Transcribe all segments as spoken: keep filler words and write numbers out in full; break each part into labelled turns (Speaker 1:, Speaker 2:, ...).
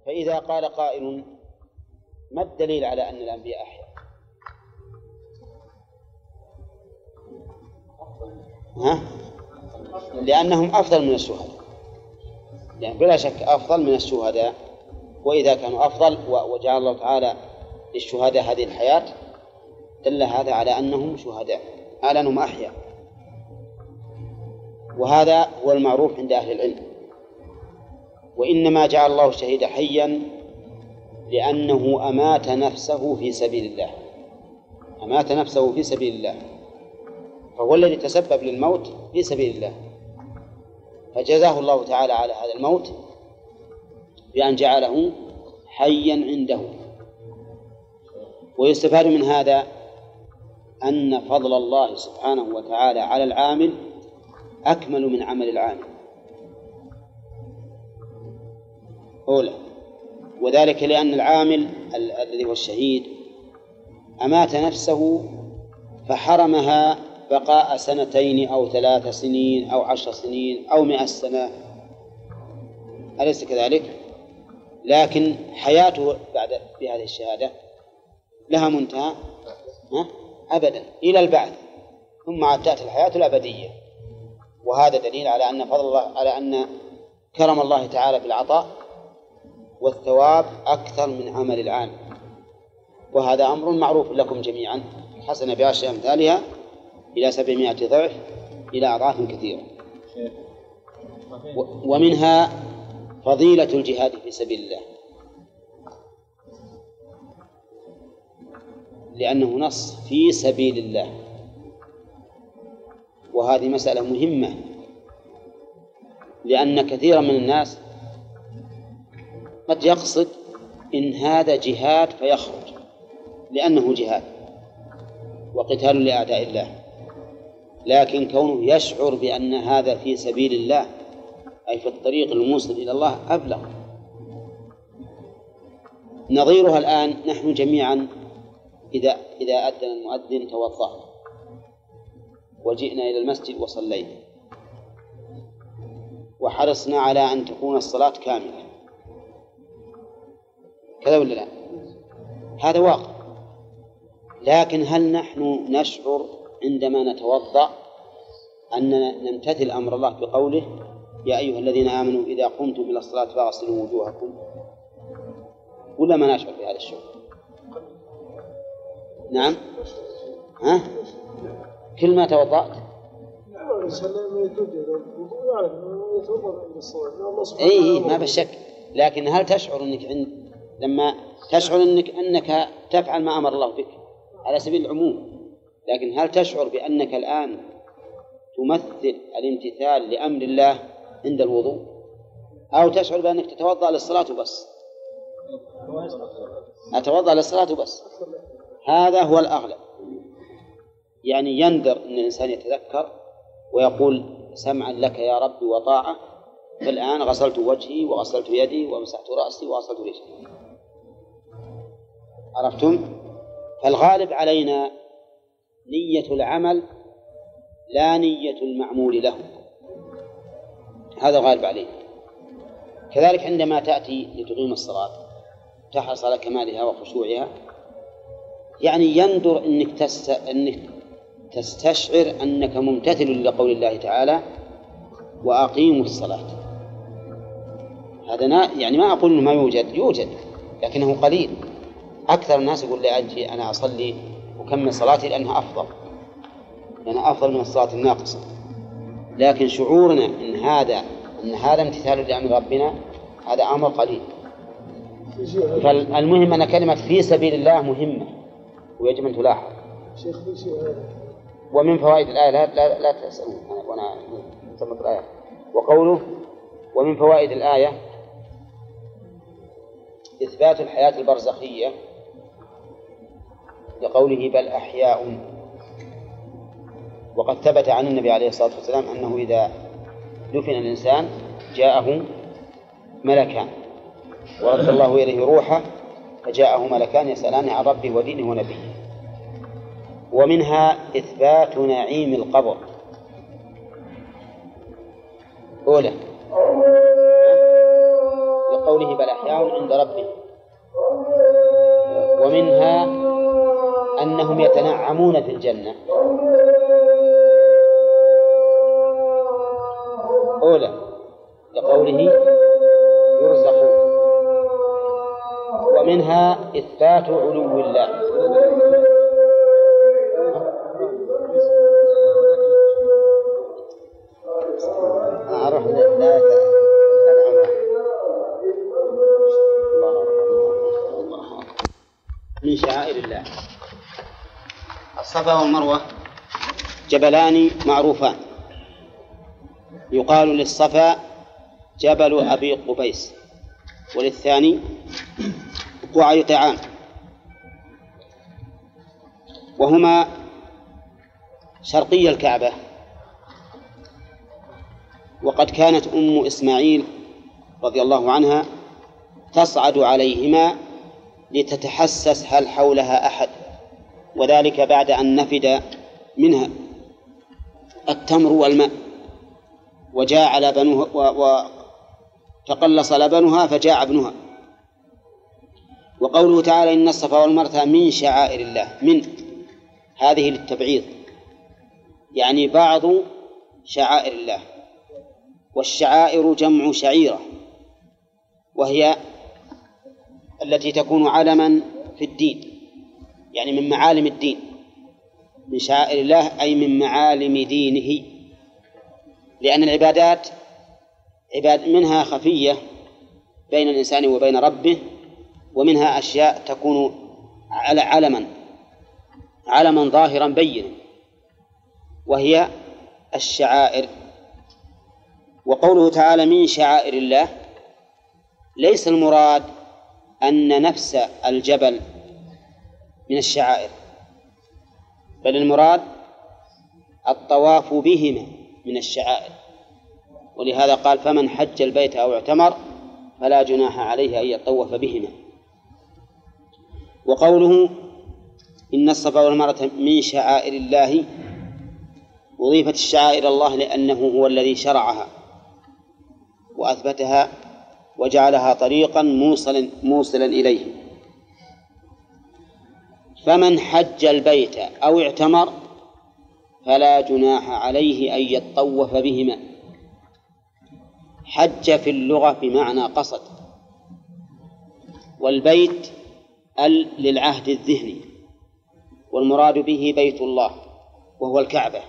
Speaker 1: فإذا قال قائل ما الدليل على أن الأنبياء أحياء؟ ها؟ لأنهم أفضل من الشهداء، يعني بلا شك أفضل من الشهداء، وإذا كانوا أفضل وجعل الله تعالى للشهداء هذه الحياة دل هذا على أنهم شهداء، على أنهم أحياء. وهذا هو المعروف عند أهل العلم. وإنما جعل الله الشهيد حيا لأنه أمات نفسه في سبيل الله، أمات نفسه في سبيل الله، فهو الذي تسبب للموت في سبيل الله، فجزاه الله تعالى على هذا الموت بأن جعله حيا عنده. ويستفاد من هذا أن فضل الله سبحانه وتعالى على العامل أكمل من عمل العامل أولا، وذلك لأن العامل الذي هو الشهيد أمات نفسه فحرمها بقاء سنتين أو ثلاث سنين أو عشر سنين أو مئة سنة، أليس كذلك؟ لكن حياته بعد بهذه الشهادة لها منتهى أبدا إلى البعث، ثم عاد تأتي الحياة الأبدية. وهذا دليل على أن فضل الله، على أن كرم الله تعالى بالعطاء والثواب أكثر من عمل العامل. وهذا أمر معروف لكم جميعا، حسن بعشر أمثالها إلى سبعمائة ضعف إلى أضعاف كثيرة. ومنها فضيلة الجهاد في سبيل الله، لأنه نص في سبيل الله، وهذه مسألة مهمة، لأن كثيرا من الناس قد يقصد إن هذا جهاد فيخرج لأنه جهاد وقتال لأعداء الله، لكن كونه يشعر بأن هذا في سبيل الله أي في الطريق الموصل إلى الله أبلغ. نظيرها الآن نحن جميعا إذا إذا أذن المؤذن توضأنا وجئنا إلى المسجد وصلينا وحرصنا على أن تكون الصلاة كاملة، كذا ولا لا؟ هذا واقع. لكن هل نحن نشعر عندما نتوضأ أننا نمتثل أمر الله بقوله يا أيها الذين آمنوا إذا قمتم إلى الصلاة فاغسلوا وجوهكم، ولا ما نشعر بهذا الشعور؟ نعم. ها؟ كل ما توضأت اي ما بالشك، لكن هل تشعر انك عند لما تشعر انك انك تفعل ما امر الله بك على سبيل العموم، لكن هل تشعر بانك الان تمثل الامتثال لامر الله عند الوضوء، او تشعر بانك تتوضا للصلاه بس؟ اتوضا للصلاه بس، هذا هو الاغلب. يعني يندر ان الانسان يتذكر ويقول سمعا لك يا رب وطاعة، فالآن غسلت وجهي وغسلت يدي ومسحت رأسي وغسلت رجلي. عرفتم؟ فالغالب علينا نية العمل لا نية المعمول له، هذا غالب علينا. كذلك عندما تأتي لتقيم الصلاة تحرص على كمالها وخشوعها، يعني يندر أنك, تست... أنك تستشعر أنك ممتثل لقول الله تعالى وأقيموا الصلاة. هذا يعني ما أقول إنه ما يوجد، يوجد لكنه قليل. أكثر الناس يقول لي أجي أنا أصلي وكمل صلاتي لأنها أفضل، لأنها أفضل من الصلاة الناقصة. لكن شعورنا إن هذا إن هذا امتثال لأمر ربنا هذا أمر قليل. فالمهم أن كلمة في سبيل الله مهمة ويجب أن تلاحظ. ومن فوائد الآية لا, لا, لا تسألون وأنا أسمك الآية. وقوله ومن فوائد الآية إثبات الحياة البرزخية لقوله بل أحياء. وقد ثبت عن النبي عليه الصلاة والسلام أنه إذا دفن الإنسان جاءه ملكان ورد الله إليه روحه فجاءه ملكان يسألان عن ربه ودينه ونبيه. ومنها إثبات نعيم القبر. أولا وقوله بل أحياء عند ربهم. ومنها أنهم يتنعمون في الجنة. أولى لقوله يرزقون. ومنها إثبات علو الله. أعرف لا من شعائر الله. الصفا والمروة جبلان معروفان، يقال للصفا جبل أبي قبيس، وللثاني قعيطعان، وهما شرقي الكعبة. وقد كانت أم إسماعيل رضي الله عنها تصعد عليهما لتتحسس هل حولها أحد، وذلك بعد أن نفد منها التمر والماء وجاع لبنها وتقلص لبنها فجاع ابنها. وقوله تعالى إن الصفا والمروة من شعائر الله، من هذه للتبعيض، يعني بعض شعائر الله. والشعائر جمع شعيرة، وهي التي تكون علما في الدين، يعني من معالم الدين. من شعائر الله أي من معالم دينه، لأن العبادات عباد منها خفية بين الإنسان وبين ربه، ومنها أشياء تكون على علما علما ظاهرا بينا، وهي الشعائر. وقوله تعالى من شعائر الله ليس المراد أن نفس الجبل من الشعائر، بل المراد الطواف بهما من الشعائر. ولهذا قال فمن حج البيت أو اعتمر فلا جناح عليه أن يطوف بهما. وقوله إن الصفا والمروة من شعائر الله، أضيفت الشعائر الله لأنه هو الذي شرعها وأثبتها وجعلها طريقا موصلا موصلا إليه. فمن حج البيت أو اعتمر فلا جناح عليه أن يطوف بهما. حج في اللغة بمعنى قصد، والبيت ال للعهد الذهني، والمراد به بيت الله وهو الكعبة.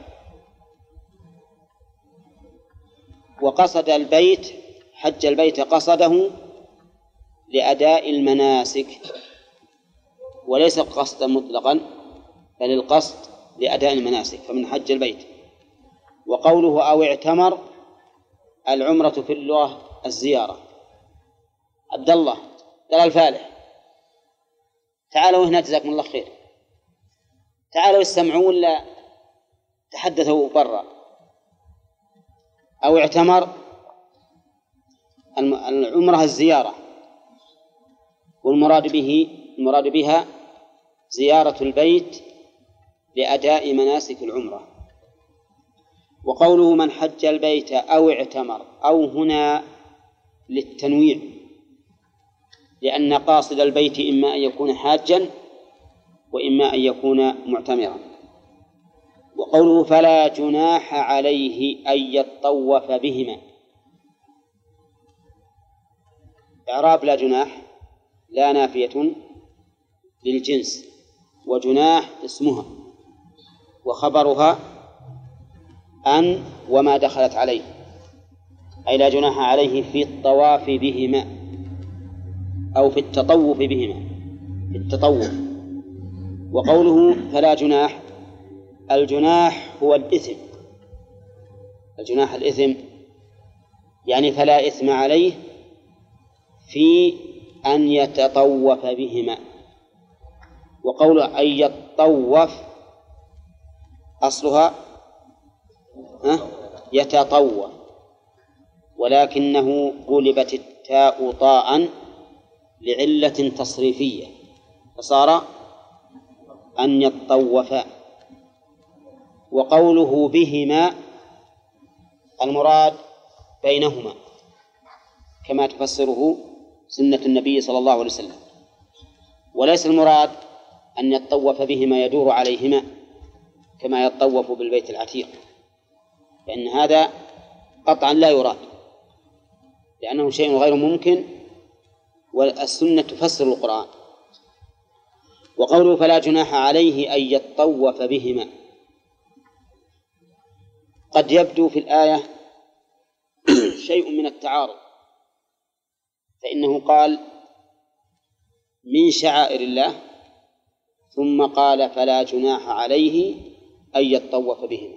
Speaker 1: وقصد البيت حج البيت قصده لأداء المناسك، وليس قصدا مطلقا بل القصد لأداء المناسك، فمن حج البيت. وقوله أو اعتمر، العمرة في اللغة الزيارة. عبد الله ترى الفالح، تعالوا هنا جزاكم الله خير، تعالوا استمعوا ولا تحدثوا برا. أو اعتمر العمرة الزيارة، والمراد به المراد بها زيارة البيت لأداء مناسك العمرة. وقوله من حج البيت أو اعتمر، أو هنا للتنويع، لأن قاصد البيت إما أن يكون حاجا وإما أن يكون معتمرا. وقوله فلا جناح عليه أن يطوف بهما، إعراب لا جناح لا نافية للجنس، وجناح اسمها وخبرها أن وما دخلت عليه، أي لا جناح عليه في الطواف بهما أو في التطوف بهما، في التطوف. وقوله فلا جناح، الجناح هو الإثم، الجناح الإثم، يعني فلا إثم عليه في أن يتطوف بهما. وقوله أن يتطوف أصلها يتطوف، ولكنه قلبت التاء طاء لعلة تصريفية فصار أن يتطوفا. وقوله بهما المراد بينهما كما تفسره سنة النبي صلى الله عليه وسلم، وليس المراد أن يطوف بهما يدور عليهما كما يطوف بالبيت العتيق، لأن هذا قطعا لا يراد، لأنه شيء غير ممكن، والسنة تفسر القرآن. وقوله فلا جناح عليه أن يطوف بهما، قد يبدو في الآية شيء من التعارض، فإنه قال من شعائر الله ثم قال فلا جناح عليه أن يطوف بهما.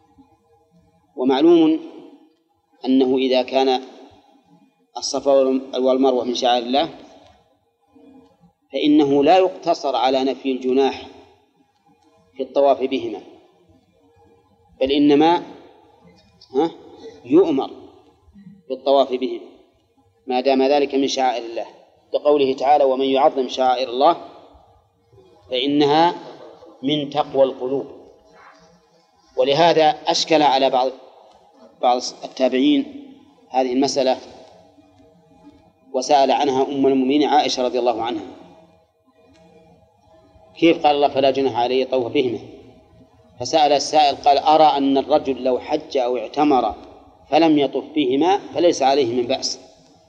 Speaker 1: ومعلوم أنه إذا كان الصفا والمروة من شعائر الله فإنه لا يقتصر على نفي الجناح في الطواف بهما، بل إنما ها يؤمر بالطواف بهما ما دام ذلك من شعائر الله، لقوله تعالى ومن يعظم شعائر الله فإنها من تقوى القلوب. ولهذا أشكل على بعض بعض التابعين هذه المسألة، وسأل عنها أم المؤمنين عائشة رضي الله عنها، كيف قال الله فلا جناح عليه يطوف بهما؟ فسأل السائل قال أرى أن الرجل لو حج أو اعتمر فلم يطف بهما فليس عليه من بأس.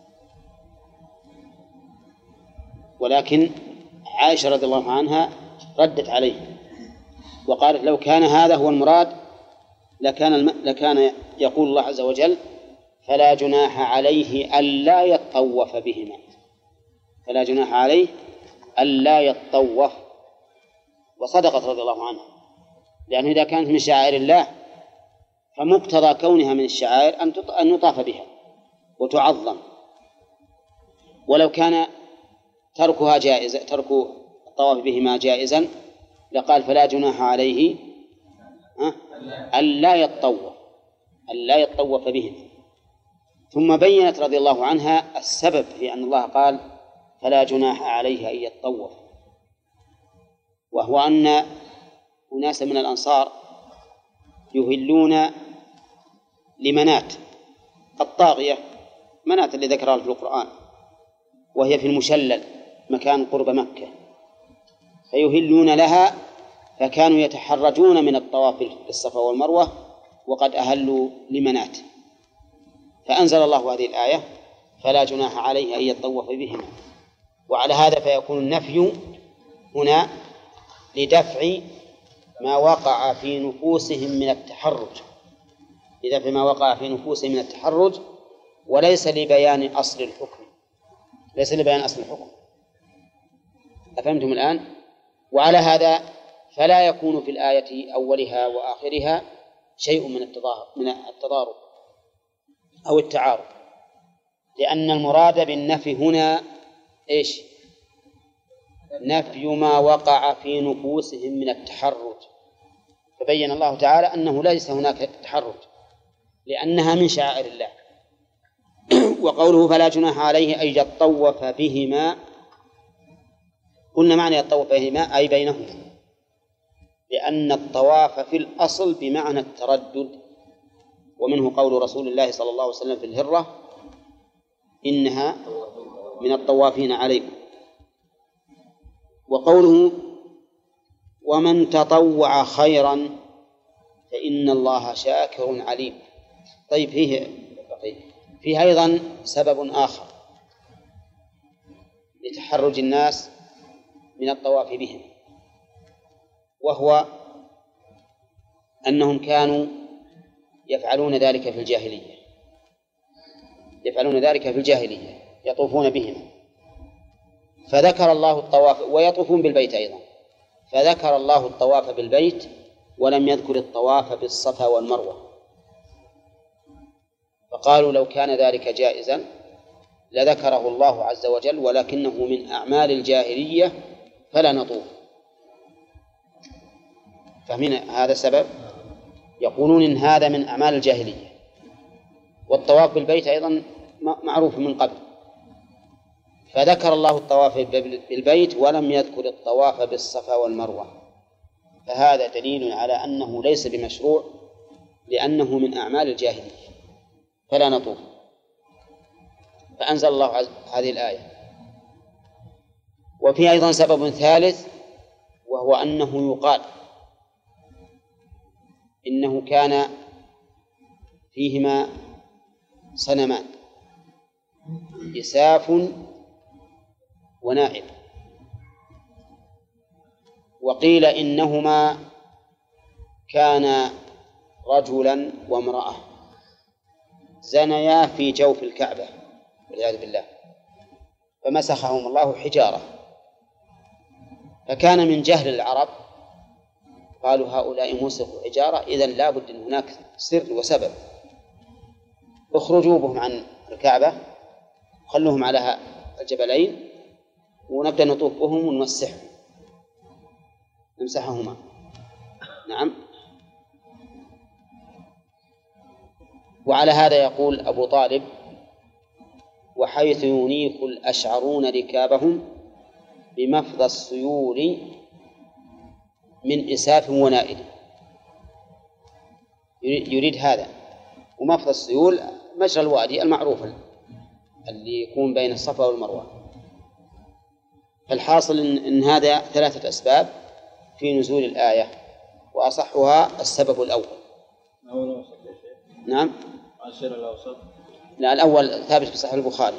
Speaker 1: ولكن عائشة رضي الله عنها ردت عليه وقالت لو كان هذا هو المراد لكان الم... لكان يقول الله عز وجل فلا جناح عليه ألا يطوف بهما، فلا جناح عليه ألا يطوف. وصدقت رضي الله عنها، لأنه إذا كانت من شعائر الله فمقتضى كونها من الشعائر أن يطاف بها وتعظم. ولو كان تركها جائزة، ترك الطواف بهما جائزا، لقال فلا جناح عليه ألا يطوف ألا يطوف بهما. ثم بينت رضي الله عنها السبب في أن الله قال فلا جناح عليه أن يطوف، وهو أن أناس من الأنصار يهلون لمنات الطاغية، منات اللي ذكرها في القرآن، وهي في المشلل مكان قرب مكة، فيهلون لها، فكانوا يتحرجون من الطواف بالصفا والمروة وقد أهلوا لمنات، فأنزل الله هذه الآية فلا جناح عليه أن يطوف بهما. وعلى هذا فيكون النفي هنا لدفع ما وقع في نفوسهم من التحرج، لدفع ما وقع في نفوسهم من التحرج، وليس لبيان أصل الحكم، ليس لبيان أصل الحكم. أفهمتم الآن؟ وعلى هذا فلا يكون في الآية أولها وآخرها شيء من من التضارب أو التعارض، لأن المراد بالنفي هنا إيش؟ نفي ما وقع في نفوسهم من التحرج، فبين الله تعالى أنه ليس هناك تحرج لأنها من شعائر الله. وقوله فلا جناح عليه أن يطوف بهما، قلنا معنى يطوف بهما أي بينهما، لأن الطواف في الأصل بمعنى التردد، ومنه قول رسول الله صلى الله عليه وسلم في الهرة إنها من الطوافين عليكم. وقوله ومن تطوع خيرا فإن الله شاكر عليم. طيب فيه فيه أيضا سبب آخر لتحرج الناس من الطواف بهم، وهو أنهم كانوا يفعلون ذلك في الجاهلية، يفعلون ذلك في الجاهلية يطوفون بهم، فذكر الله الطواف، ويطوفون بالبيت أيضا، فذكر الله الطواف بالبيت ولم يذكر الطواف بالصفا والمروة، فقالوا لو كان ذلك جائزا لذكره الله عز وجل، ولكنه من أعمال الجاهلية فلا نطوف. فمن هذا السبب يقولون إن هذا من أعمال الجاهلية، والطواف بالبيت أيضا معروف من قبل، فذكر الله الطواف بالبيت ولم يذكر الطواف بالصفا والمروة، فهذا دليل على أنه ليس بمشروع لأنه من أعمال الجاهلية فلا نطوف. فأنزل الله هذه الآية. وفي أيضا سبب ثالث، وهو أنه يقال إنه كان فيهما صنمان إساف ونائل، وقيل إنهما كان رجلا وامرأة زنيا في جوف الكعبة والعياذ بالله، فمسخهم الله حجارة. فكان من جهل العرب قالوا هؤلاء مسخوا حجارة، إذن لا بد أن هناك سر وسبب، اخرجوا بهم عن الكعبة، خلوهم على الجبلين، ونبدأ نطوف بهم ونمسحهم نمسحهما. نعم. وعلى هذا يقول أبو طالب: وحيث ينيخ الأشعرون ركابهم بمفضى السيول من إساف ونائل. يريد هذا. ومفضى السيول مجرى الوادي المعروف اللي يكون بين الصفا والمروة. فالحاصل إن, إن هذا ثلاثة أسباب في نزول الآية، وأصحها السبب الأول. نعم.
Speaker 2: السر الأوسط.
Speaker 1: لا، الأول ثابت في صحيح البخاري.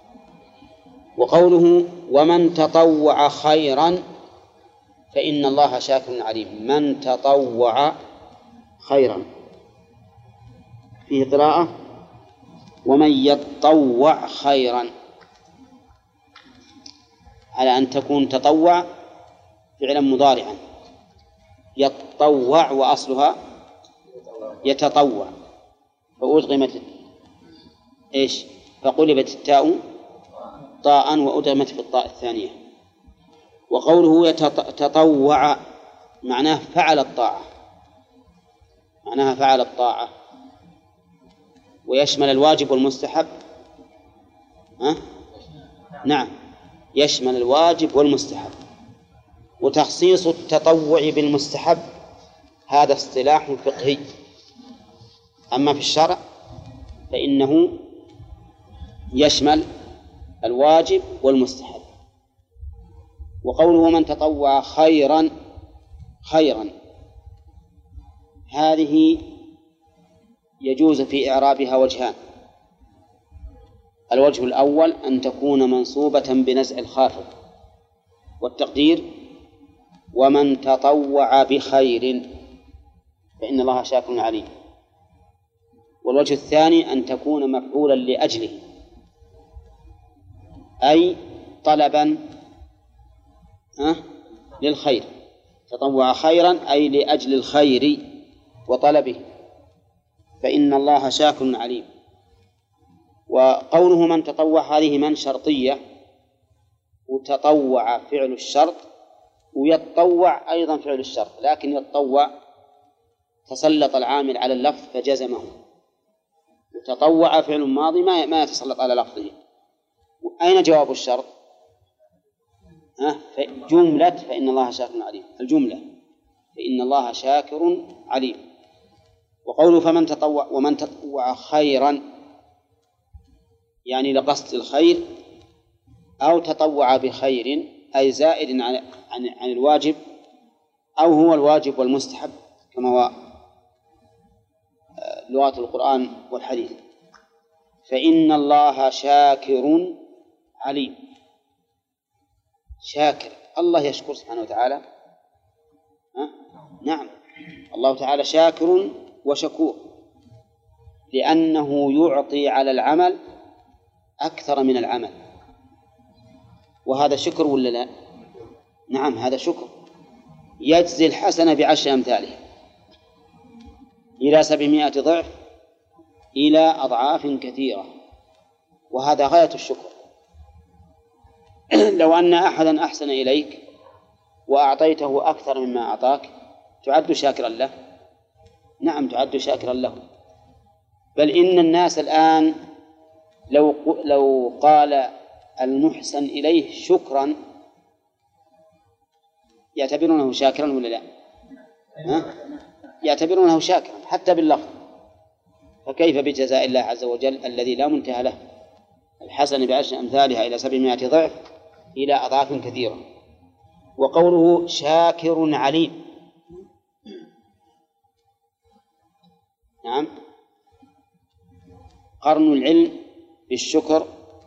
Speaker 1: وقوله: ومن تطوع خيرا فإن الله شاكر عليم. من تطوع خيرا، فيه قراءة: ومن يتطوع خيرا، على أن تكون تطوع فعلا مضارعا. يتطوع وأصلها يتطوع، فأدغمت إيش؟ فقلبت التاء طاء وأدغمت في الطاء الثانية. وقوله يتطوع معناه فعل الطاعة، معناها فعل الطاعة، ويشمل الواجب والمستحب. ها؟ نعم، يشمل الواجب والمستحب. وتخصيص التطوع بالمستحب هذا اصطلاح فقهي، أما في الشرع فإنه يشمل الواجب والمستحب. وقوله من تطوع خيرا، خيرا هذه يجوز في إعرابها وجهان: الوجه الأول أن تكون منصوبة بنزع الخافض، والتقدير ومن تطوع بخير فإن الله شاكر عليم. والوجه الثاني أن تكون مفعولا لأجله، أي طلبا للخير. تطوع خيرا أي لأجل الخير وطلبه، فإن الله شاكر عليم. وقوله من تطوع هذه من شرطية، وتطوع فعل الشرط، ويتطوع أيضا فعل الشرط، لكن يتطوع تسلط العامل على اللفظ فجزمه، وتطوع فعل ماضي ما ما يتسلط على لفظه. أين جواب الشرط؟ ها؟ جملة فإن الله شاكر عليم، الجملة فإن الله شاكر عليم. وقوله فمن تطوع ومن تطوع خيرا يعني لقصد الخير، أو تطوع بخير أي زائد عن عن عن الواجب، أو هو الواجب والمستحب كما هو لغات القرآن والحديث. فإن الله شاكر عليم. شاكر، الله يشكر سبحانه وتعالى. ها؟ نعم، الله تعالى شاكر وشكور، لأنه يعطي على العمل أكثر من العمل، وهذا شكر ولا لا؟ نعم، هذا شكر. يجزي الحسنة بعشر أمثاله إلى سبعمائة ضعف إلى أضعاف كثيرة، وهذا غاية الشكر. لو أن أحدا أحسن إليك وأعطيته أكثر مما أعطاك تعد شاكرا له؟ نعم، تعد شاكرا له. بل إن الناس الآن لو لو قال المحسن إليه شكرا يعتبرونه شاكرا ولا لا؟ ها؟ يعتبرونه شاكرا حتى باللفظ، فكيف بجزاء الله عز وجل الذي لا منتهى له؟ الحسنة بعشر أمثالها إلى سبعمائة ضعف إلى أضعاف كثيرة. وقوله شاكر عليم، نعم، قرن العلم بالشكر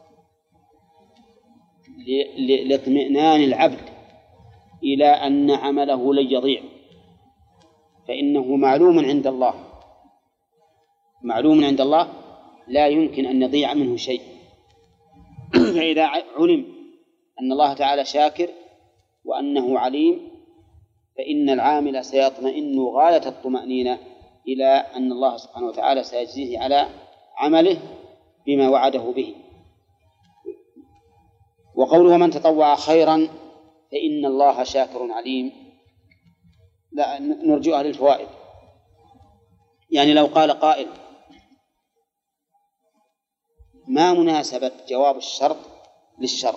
Speaker 1: لاطمئنان العبد إلى أن عمله لن يضيع، فإنه معلوم عند الله، معلوم عند الله لا يمكن أن يضيع منه شيء. فإذا علم أن الله تعالى شاكر وأنه عليم فإن العامل سيطمئن غاية الطمأنينة إلى أن الله سبحانه وتعالى سيجزيه على عمله بما وعده به. وقوله من تطوع خيرا فإن الله شاكر عليم، لا نرجئها للفوائد. يعني لو قال قائل ما مناسبة جواب الشرط للشرط؟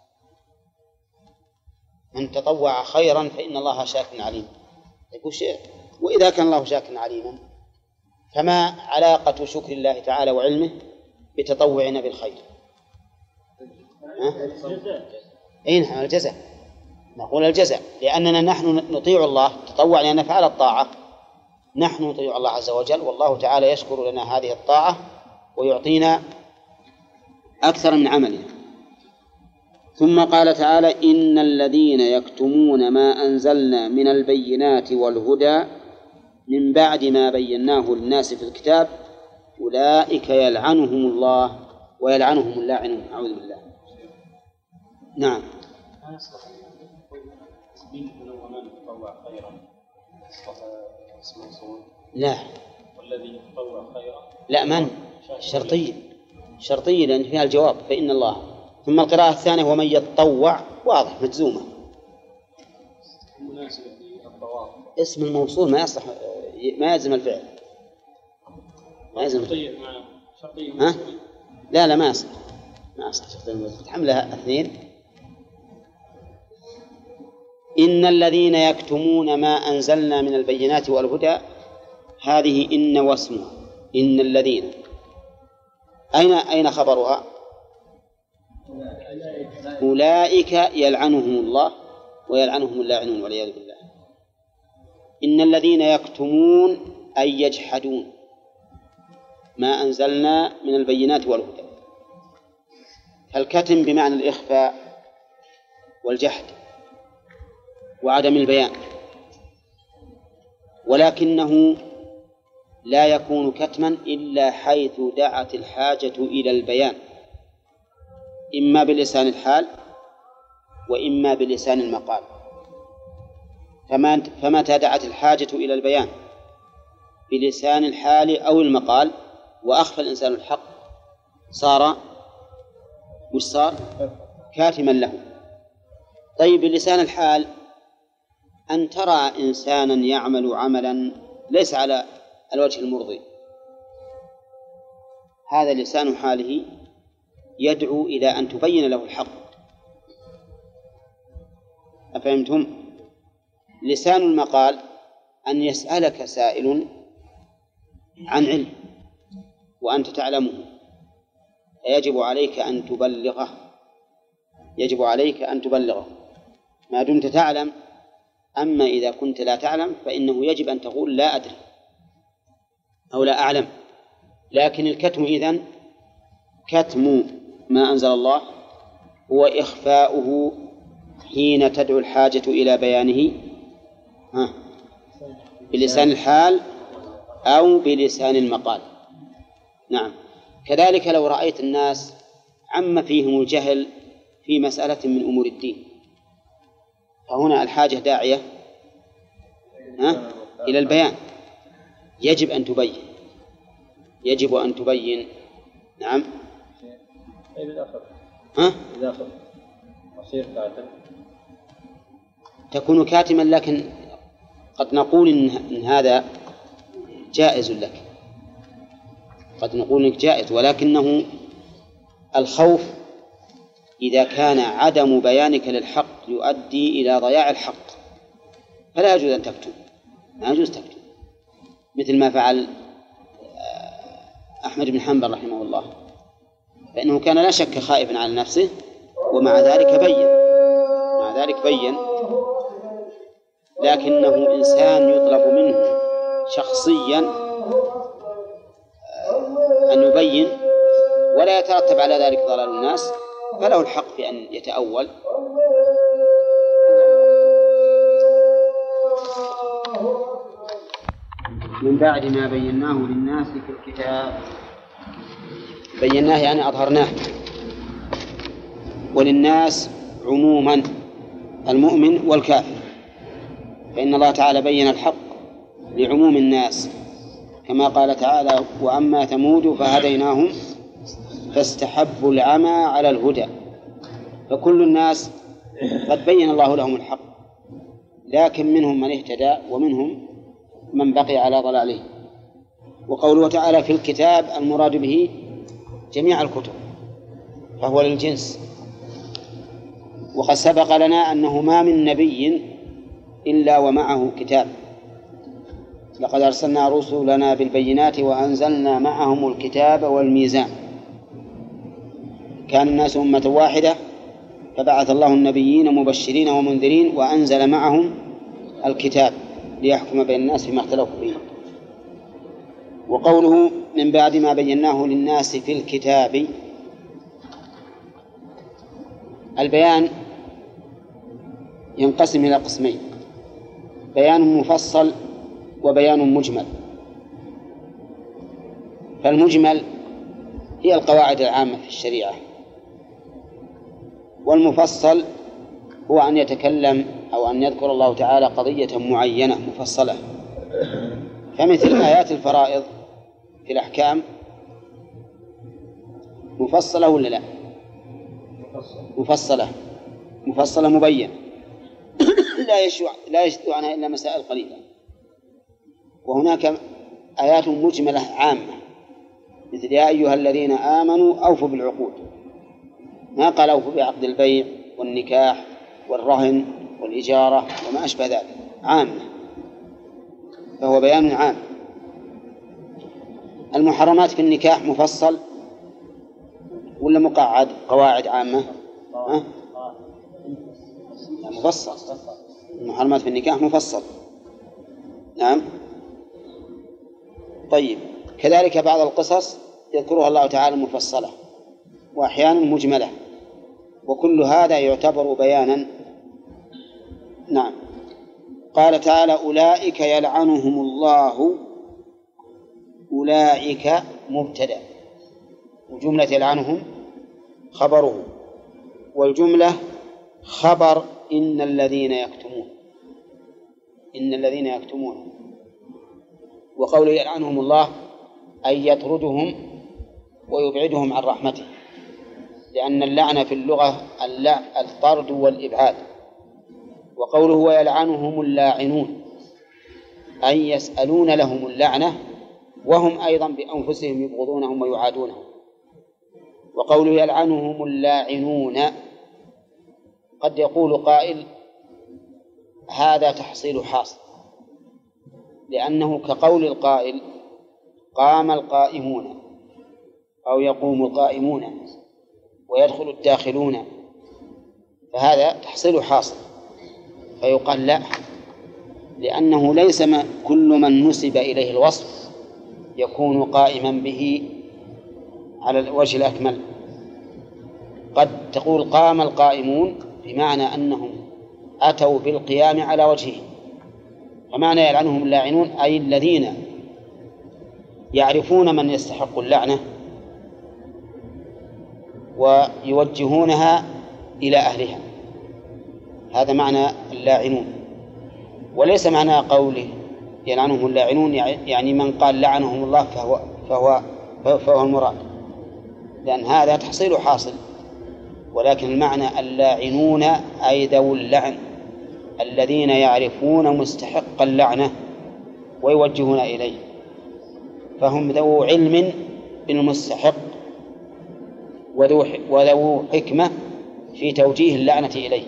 Speaker 1: من تطوع خيرا فإن الله شاكر عليم، يقول شيء، وإذا كان الله شاكر عليما فما علاقة شكر الله تعالى وعلمه بتطوعنا بالخير؟ أين الجزاء؟ نقول الجزاء، لأننا نحن نطيع الله، تطوع لأن نفعل الطاعة، نحن نطيع الله عز وجل، والله تعالى يشكر لنا هذه الطاعة ويعطينا أكثر من عملنا. ثم قال تعالى إن الذين يكتمون ما أنزلنا من البينات والهدى من بعد ما بيناه للناس في الكتاب أولئك يلعنهم الله ويلعنهم اللاعنون. أعوذ بالله. نعم. لا. والذي يتطوع خيرا لا من شرطية شرطية لأن فيها الجواب فإن الله. ثم القراءة الثانية ومن يتطوع واضح مجزومة، اسم الموصول ما يصلح ما يلزم الفعل، ما يلزم ها؟ لا لا ما يصلح ما يصلح تحملها اثنين. إن الذين يكتمون ما أنزلنا من البينات والهدى، هذه إن واسمها إن الذين، أين أين خبرها؟ أولئك يلعنهم الله ويلعنهم اللاعنون والعياذ بالله. إن الذين يكتمون أي يجحدون ما أنزلنا من البينات والهدى، فالكتم بمعنى الإخفاء والجحد وعدم البيان، ولكنه لا يكون كتما إلا حيث دعت الحاجة إلى البيان، إما بلسان الحال وإما بلسان المقال. فمتى دعت الحاجة إلى البيان بلسان الحال أو المقال وأخفى الإنسان الحق صار وش صار؟ كاتما له. طيب بلسان الحال أن ترى إنسانا يعمل عملا ليس على الوجه المرضي، هذا لسان حاله يدعو إلى أن تبين له الحق. أفهمتم؟ لسان المقال أن يسألك سائل عن علم وأنت تعلمه فيجب عليك أن تبلغه، يجب عليك أن تبلغه ما دمت تعلم. أما إذا كنت لا تعلم فإنه يجب أن تقول لا أدري أو لا أعلم. لكن الكتم إذن كتم ما أنزل الله هو إخفاؤه حين تدعو الحاجة إلى بيانه ها بلسان الحال أو بلسان المقال. نعم. كذلك لو رأيت الناس عم فيهم الجهل في مسألة من أمور الدين، فهنا الحاجة داعية ها إلى البيان، يجب أن تبين يجب أن تبين نعم. ها؟ تكون كاتما، لكن قد نقول إن هذا جائز لك، قد نقول إنك جائز، ولكنه الخوف إذا كان عدم بيانك للحق يؤدي إلى ضياع الحق فلا يجوز أن تكتم، لا يجوز تكتم، مثل ما فعل أحمد بن حنبل رحمه الله فإنه كان لا شك خائفا على نفسه، ومع ذلك بين مع ذلك بين لكنه إنسان يطلب منه شخصيا أن يبين ولا يترتب على ذلك ضلال الناس، فله الحق في أن يتأول. من بعد ما بيناه للناس في الكتاب. بيناه يعني أظهرناه، وللناس عموما المؤمن والكافر، فإن الله تعالى بين الحق لعموم الناس، كما قال تعالى: وأما ثمود فهديناهم فاستحبوا العمى على الهدى. فكل الناس قد بين الله لهم الحق، لكن منهم من اهتدى ومنهم من بقي على ضلاله. وقوله تعالى في الكتاب المراد به جميع الكتب، فهو للجنس. وقد سبق لنا أنه ما من نبي إلا ومعه كتاب. لقد أرسلنا رسلنا بالبينات وأنزلنا معهم الكتاب والميزان. كان الناس أمة واحدة فبعث الله النبيين مبشرين ومنذرين وأنزل معهم الكتاب ليحكم بين الناس فيما اختلفوا فيه. وقوله من بعد ما بيناه للناس في الكتاب، البيان ينقسم إلى قسمين: بيان مفصل وبيان مجمل. فالمجمل هي القواعد العامة في الشريعة، والمفصل هو أن يتكلم أو أن يذكر الله تعالى قضية معينة مفصلة، فمثل آيات الفرائض في الأحكام مفصلة ولا لا؟ مفصلة مفصلة مبين لا يشوع لا يشتو عنها إلا مسائل قليلة. وهناك آيات مجملة عامة مثل يا أيها الذين آمنوا أوفوا بالعقود، ما قال أوفوا بعقد البيع والنكاح والرهن والإجارة وما أشبه ذلك، عامة، فهو بيان عام. المحرمات في النكاح مفصل ولا مقعد قواعد عامة؟ أه؟ مفصل. المحرمات في النكاح مفصل، نعم. طيب، كذلك بعض القصص يذكرها الله تعالى مفصلة وأحيانا مجملة، وكل هذا يعتبر بيانا. نعم. قال تعالى: أولئك يلعنهم الله. أولئك مبتدأ، وجملة يلعنهم خبره، والجملة خبر إن الذين يكتمون إن الذين يكتمون. وقوله يلعنهم الله أي يطردهم ويبعدهم عن رحمته، لأن اللعنة في اللغة الطرد والإبعاد. وقوله ويلعنهم اللاعنون أي يسألون لهم اللعنة وهم أيضا بأنفسهم يبغضونهم ويعادونهم. وقوله يلعنهم اللاعنون، قد يقول قائل هذا تحصيل حاصل، لأنه كقول القائل قام القائمون أو يقوم القائمون ويدخل الداخلون، فهذا تحصيل حاصل. فيقال لا، لأنه ليس كل من نسب إليه الوصف يكون قائما به على الوجه الأكمل. قد تقول قام القائمون بمعنى أنهم أتوا بالقيام على وجهه، ومعنى يلعنهم اللاعنون أي الذين يعرفون من يستحق اللعنة ويوجهونها إلى أهلها، هذا معنى اللاعنون. وليس معنى قوله يلعنهم اللاعنون يعني من قال لعنهم الله فهو, فهو, فهو المراد، لأن هذا تحصيل حاصل. ولكن المعنى اللاعنون أي ذو اللعن الذين يعرفون مستحق اللعنة ويوجهون إليه، فهم ذو علم بالمستحق وذو حكمة في توجيه اللعنة إليه.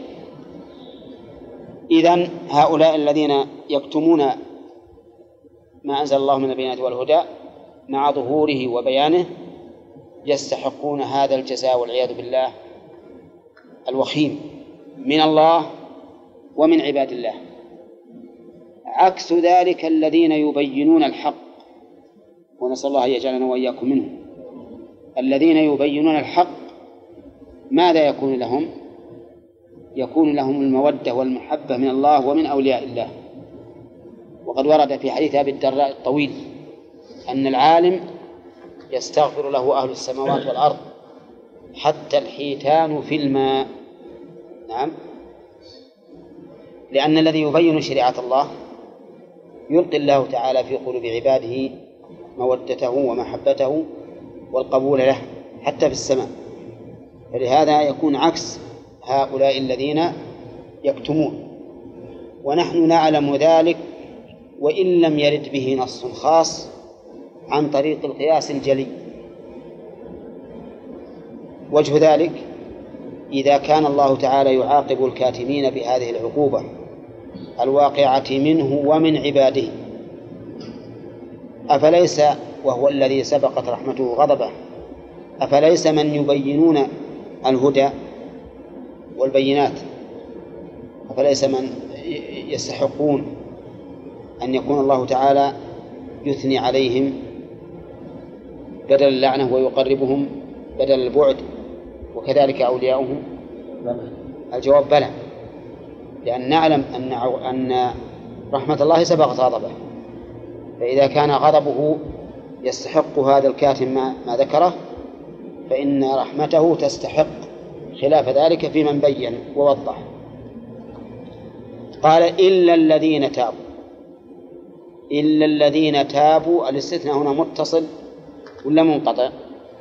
Speaker 1: إذن هؤلاء الذين يكتمون ما أنزل الله من البينات والهدى مع ظهوره وبيانه يستحقون هذا الجزاء والعياذ بالله الوخيم من الله ومن عباد الله. عكس ذلك الذين يبينون الحق، ونسأل الله أن يجعلنا وإياكم منهم. الذين يبينون الحق ماذا يكون لهم؟ يكون لهم المودة والمحبة من الله ومن أولياء الله. وقد ورد في حديث أبي الدرداء الطويل أن العالم يستغفر له أهل السماوات والأرض حتى الحيتان في الماء. نعم، لأن الذي يبين شريعة الله يلقي الله تعالى في قلوب عباده مودته ومحبته والقبول له حتى في السماء. فلهذا يكون عكس هؤلاء الذين يكتمون، ونحن نعلم ذلك وإن لم يرد به نص خاص عن طريق القياس الجلي. وجه ذلك إذا كان الله تعالى يعاقب الكاتمين بهذه العقوبة الواقعة منه ومن عباده، أفليس وهو الذي سبقت رحمته غضبه أفليس من يبينون الهدى والبينات، أفليس من يستحقون أن يكون الله تعالى يثني عليهم بدل اللعنة ويقربهم بدل البعد، وكذلك أولياؤهم؟ الجواب بلى، لأن نعلم أن أن رحمة الله سبقت غضبه، فإذا كان غضبه يستحق هذا الكاتم ما, ما ذكره، فإن رحمته تستحق خلاف ذلك في من بين ووضح. قال إلا الذين تابوا. إلا الذين تابوا، الاستثناء هنا متصل ولا منقطع؟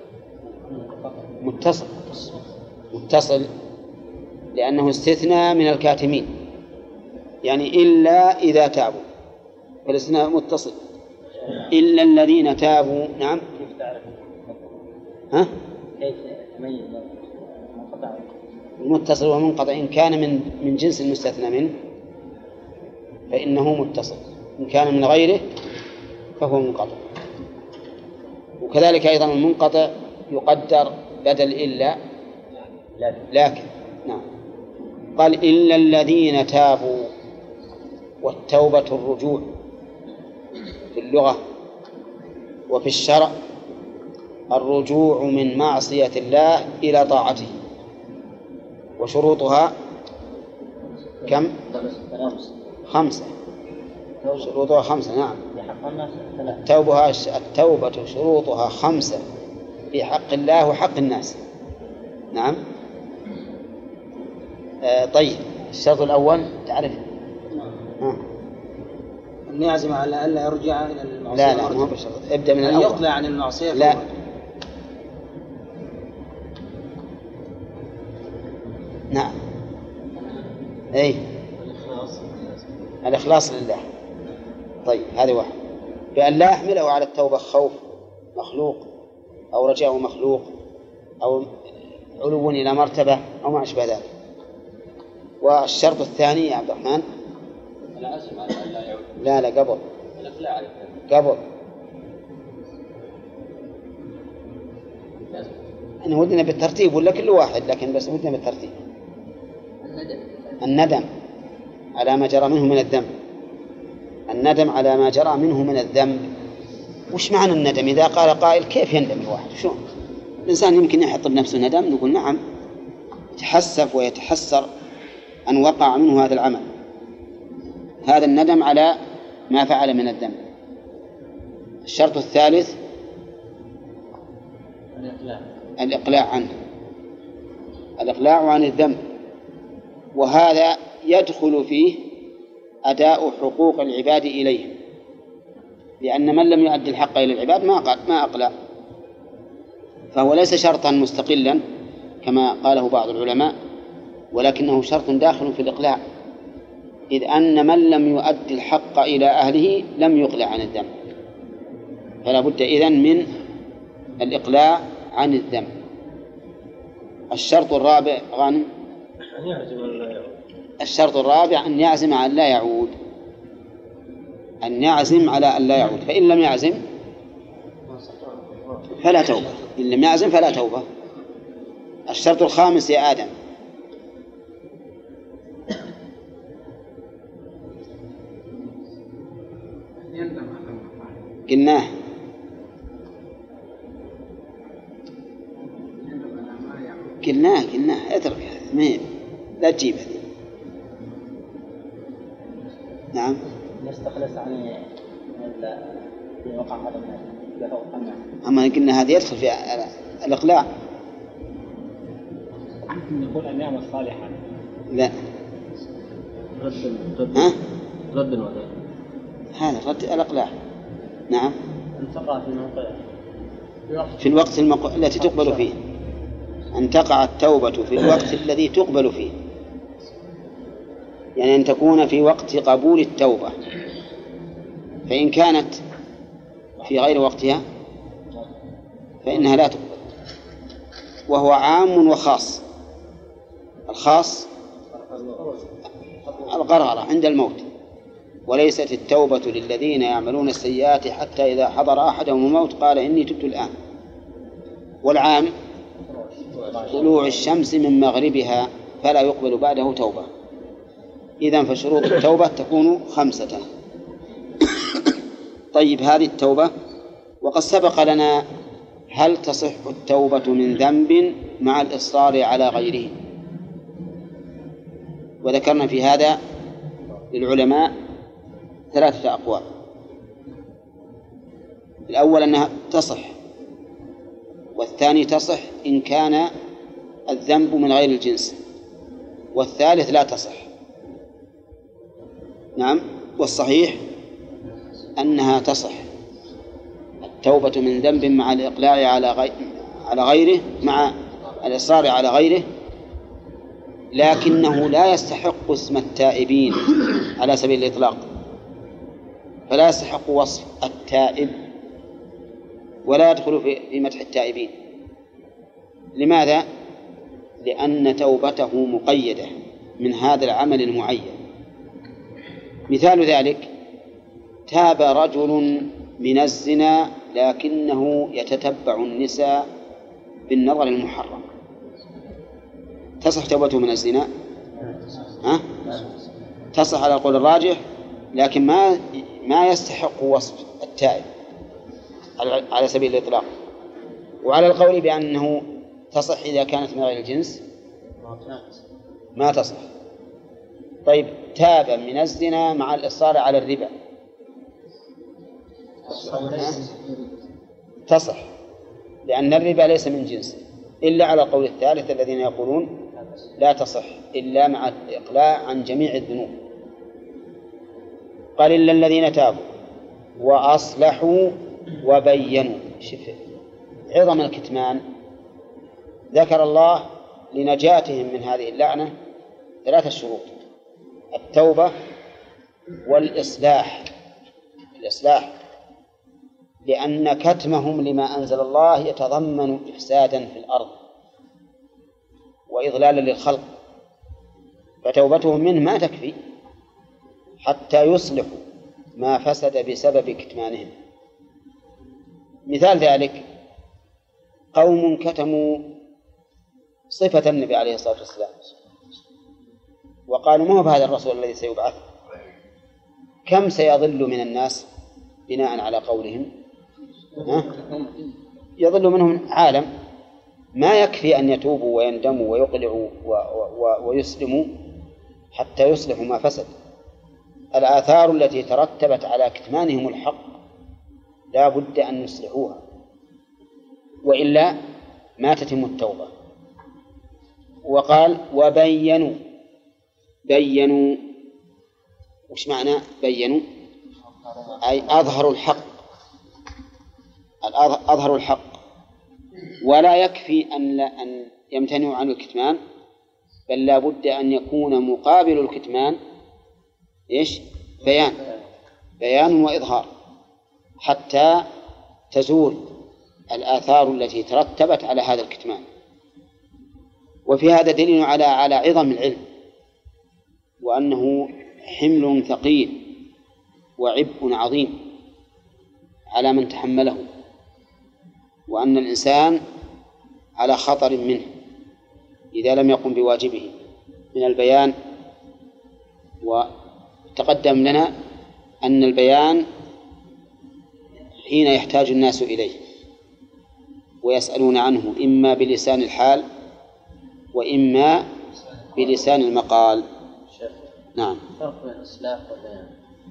Speaker 1: متصل متصل لأنه استثناء من الكاتمين، يعني إلا إذا تابوا، فالاستثناء متصل. إلا الذين تابوا. نعم، كيف تعرف؟ ها؟ كيف تميز المنقطع؟ المتصل والمنقطع إن كان من من جنس المستثنى منه فإنه متصل، إن كان من غيره فهو منقطع. وكذلك أيضا المنقطع يقدر بدل إلا لكن. نعم، قال إلا الذين تابوا. والتوبة الرجوع في اللغة، وفي الشرع الرجوع من معصية الله إلى طاعته. وشروطها كم؟ خمسة. شروطها خمسة. نعم، التوبة التوبة شروطها خمسة في حق الله وحق الناس. نعم. آه طيب، الشرط الأول تعرف؟
Speaker 2: نعم. أن يعزم على ألا يرجع إلى المعصية.
Speaker 1: لا لا، مو بشرط. ابدأ من الأول.
Speaker 2: يقلع عن المعصية.
Speaker 1: لا. نعم. أي الإخلاص. الإخلاص لله. طيب، هذه واحد. بأن لا يحمله على التوبة خوف مخلوق أو رجاء مخلوق أو علو إلى مرتبة أو ما أشبه ذلك. والشرط الثاني يا عبد الرحمن؟
Speaker 3: العزم على أن لا يعود.
Speaker 1: لا لا، قبل
Speaker 3: الإقلاع
Speaker 1: قبل أنا ودنا بالترتيب ولا كل واحد، لكن بس ودنا بالترتيب.
Speaker 3: الندم
Speaker 1: الندم على ما جرى منه من الذنب. الندم على ما جرى منه من الذنب. وش معنى الندم؟ إذا قال قائل كيف يندم الواحد؟ شو الإنسان يمكن يحط بنفسه ندم؟ نقول نعم، يتحسف ويتحسر أن وقع منه هذا العمل. هذا الندم على ما فعل من الذنب. الشرط الثالث
Speaker 3: الإقلاع.
Speaker 1: الإقلاع عنه، الإقلاع عن الذنب، وهذا يدخل فيه أداء حقوق العباد إليه، لأن من لم يؤدي الحق إلى العباد ما قال ما أقلع، فهو ليس شرطا مستقلا كما قاله بعض العلماء، ولكنه شرط داخل في الإقلاع، إذ أن من لم يؤدي الحق إلى أهله لم يقلع عن الذنب، فلا بد إذن من الإقلاع عن الذنب. الشرط الرابع غانم
Speaker 3: أن يعزم أن لا يعود.
Speaker 1: الشرط الرابع أن يعزم على أن لا يعود، أن يعزم على أن لا يعود، فإن لم يعزم فلا توبة. إن لم يعزم فلا توبة. الشرط الخامس يا آدم. قلناه قلناه قلناه اترك مهم. لا تجيب هذه. نعم
Speaker 3: نستخلص عن في وقع هذا الناس.
Speaker 1: أما قلنا هذه يدخل في الإقلاع.
Speaker 3: نقول أن يعمل صالحا.
Speaker 1: لا
Speaker 3: رد رد
Speaker 1: ها؟
Speaker 3: رد ولا
Speaker 1: هذا رد الإقلاع. نعم
Speaker 3: أن تقع في موقع
Speaker 1: في الوقت المق... التي تقبل فيه. أن تقع التوبة في الوقت الذي تقبل فيه، يعني أن تكون في وقت قبول التوبة. فإن كانت في غير وقتها فإنها لا تقبل. وهو عام وخاص. الخاص الغرغرة عند الموت، وليست التوبة للذين يعملون السيئات حتى إذا حضر أحدهم الموت قال إني تبت الآن. والعام طلوع الشمس من مغربها فلا يقبل بعده توبة. إذن فشروط التوبة تكون خمسة. طيب هذه التوبة، وقد سبق لنا هل تصح التوبة من ذنب مع الإصرار على غيره، وذكرنا في هذا للعلماء ثلاثة أقوال. الأول أنها تصح، والثاني تصح إن كان الذنب من غير الجنس، والثالث لا تصح. نعم، والصحيح أنها تصح التوبة من ذنب مع الإقلاع على غي... على غيره، مع الإصرار على غيره، لكنه لا يستحق اسم التائبين على سبيل الإطلاق، فلا يستحق وصف التائب ولا يدخل في مدح التائبين. لماذا؟ لأن توبته مقيدة من هذا العمل المعين. مثال ذلك: تاب رجل من الزنا لكنه يتتبع النساء بالنظر المحرم، تصح توبته من الزنا؟ ها؟ تصح على القول الراجح، لكن ما ما يستحق وصف التائب على سبيل الإطلاق. وعلى القول بأنه تصح إذا كانت من غير الجنس ما تصح. طيب، تاب من الزنا مع الإصرار على الربا تصح، لأن الربا ليس من جنسه، إلا على القول الثالث الذين يقولون لا تصح إلا مع الإقلاع عن جميع الذنوب. قال: إلا الذين تابوا وأصلحوا وبينوا. شوف عظم الكتمان. ذكر الله لنجاتهم من هذه اللعنة ثلاثة شروط: التوبة والإصلاح. الإصلاح لأن كتمهم لما أنزل الله يتضمن إفسادا في الأرض وإضلالا للخلق، فتوبتهم منه ما تكفي حتى يصلحوا ما فسد بسبب كتمانهم. مثال ذلك: قوم كتموا صفة النبي عليه الصلاة والسلام وقالوا: ما هو بهذا الرسول الذي سيبعث؟ كم سيضل من الناس بناء على قولهم؟ ها؟ يضل منهم عالم. ما يكفي أن يتوبوا ويندموا ويقلعوا و... و... ويسلموا حتى يصلحوا ما فسد. الآثار التي ترتبت على كتمانهم الحق لا بد أن يصلحوها، وإلا ما تتم التوبة. وقال: وبينوا. بينوا وش معنى بينوا؟ أي أظهروا الحق. أظهروا الحق. ولا يكفي أن, لا أن يمتنعوا عن الكتمان، بل لا بد أن يكون مقابل الكتمان إيش؟ بيان. بيان وإظهار حتى تزول الآثار التي ترتبت على هذا الكتمان. وفي هذا دليل على على عظم العلم، وأنه حمل ثقيل وعبء عظيم على من تحمله. وأن الإنسان على خطر منه إذا لم يقم بواجبه من البيان. وتقدم لنا أن البيان حين يحتاج الناس إليه ويسألون عنه إما بلسان الحال وإما بلسان المقال. نعم.
Speaker 3: فرق بين الإصلاح والبيان.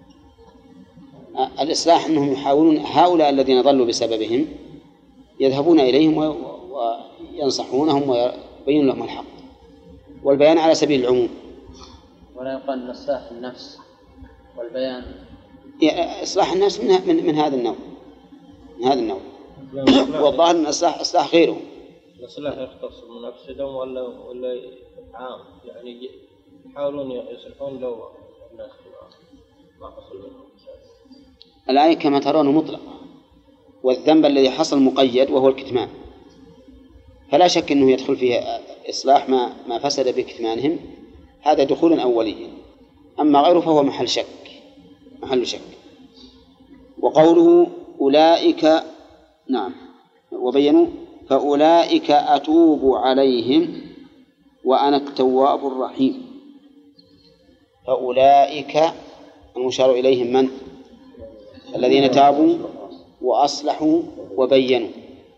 Speaker 1: الإصلاح أنهم يحاولون، هؤلاء الذين ضلوا بسببهم يذهبون إليهم وينصحونهم ويبين لهم الحق، والبيان على سبيل العموم.
Speaker 3: ولا يقال الإصلاح النفس والبيان
Speaker 1: إصلاح النفس من, من, من هذا النوع من هذا النوع والظاهر أن الإصلاح إصلاح غيره.
Speaker 4: الإصلاح يختص بمفسدهم ولا ولا عام، يعني يحاولون يصلحون لو الناس ما حصل منهم.
Speaker 1: الآية كما ترون مطلقة، والذنب الذي حصل مقيد وهو الكتمان، فلا شك أنه يدخل فيه إصلاح ما ما فسد بكتمانهم، هذا دخول أولي. أما غيره فهو محل شك محل شك. وقوله أولئك، نعم، وبينوا فأولئك أتوب عليهم وأنا التواب الرحيم. فأولئك المشار إليهم من؟ الذين تابوا وأصلحوا وبينوا.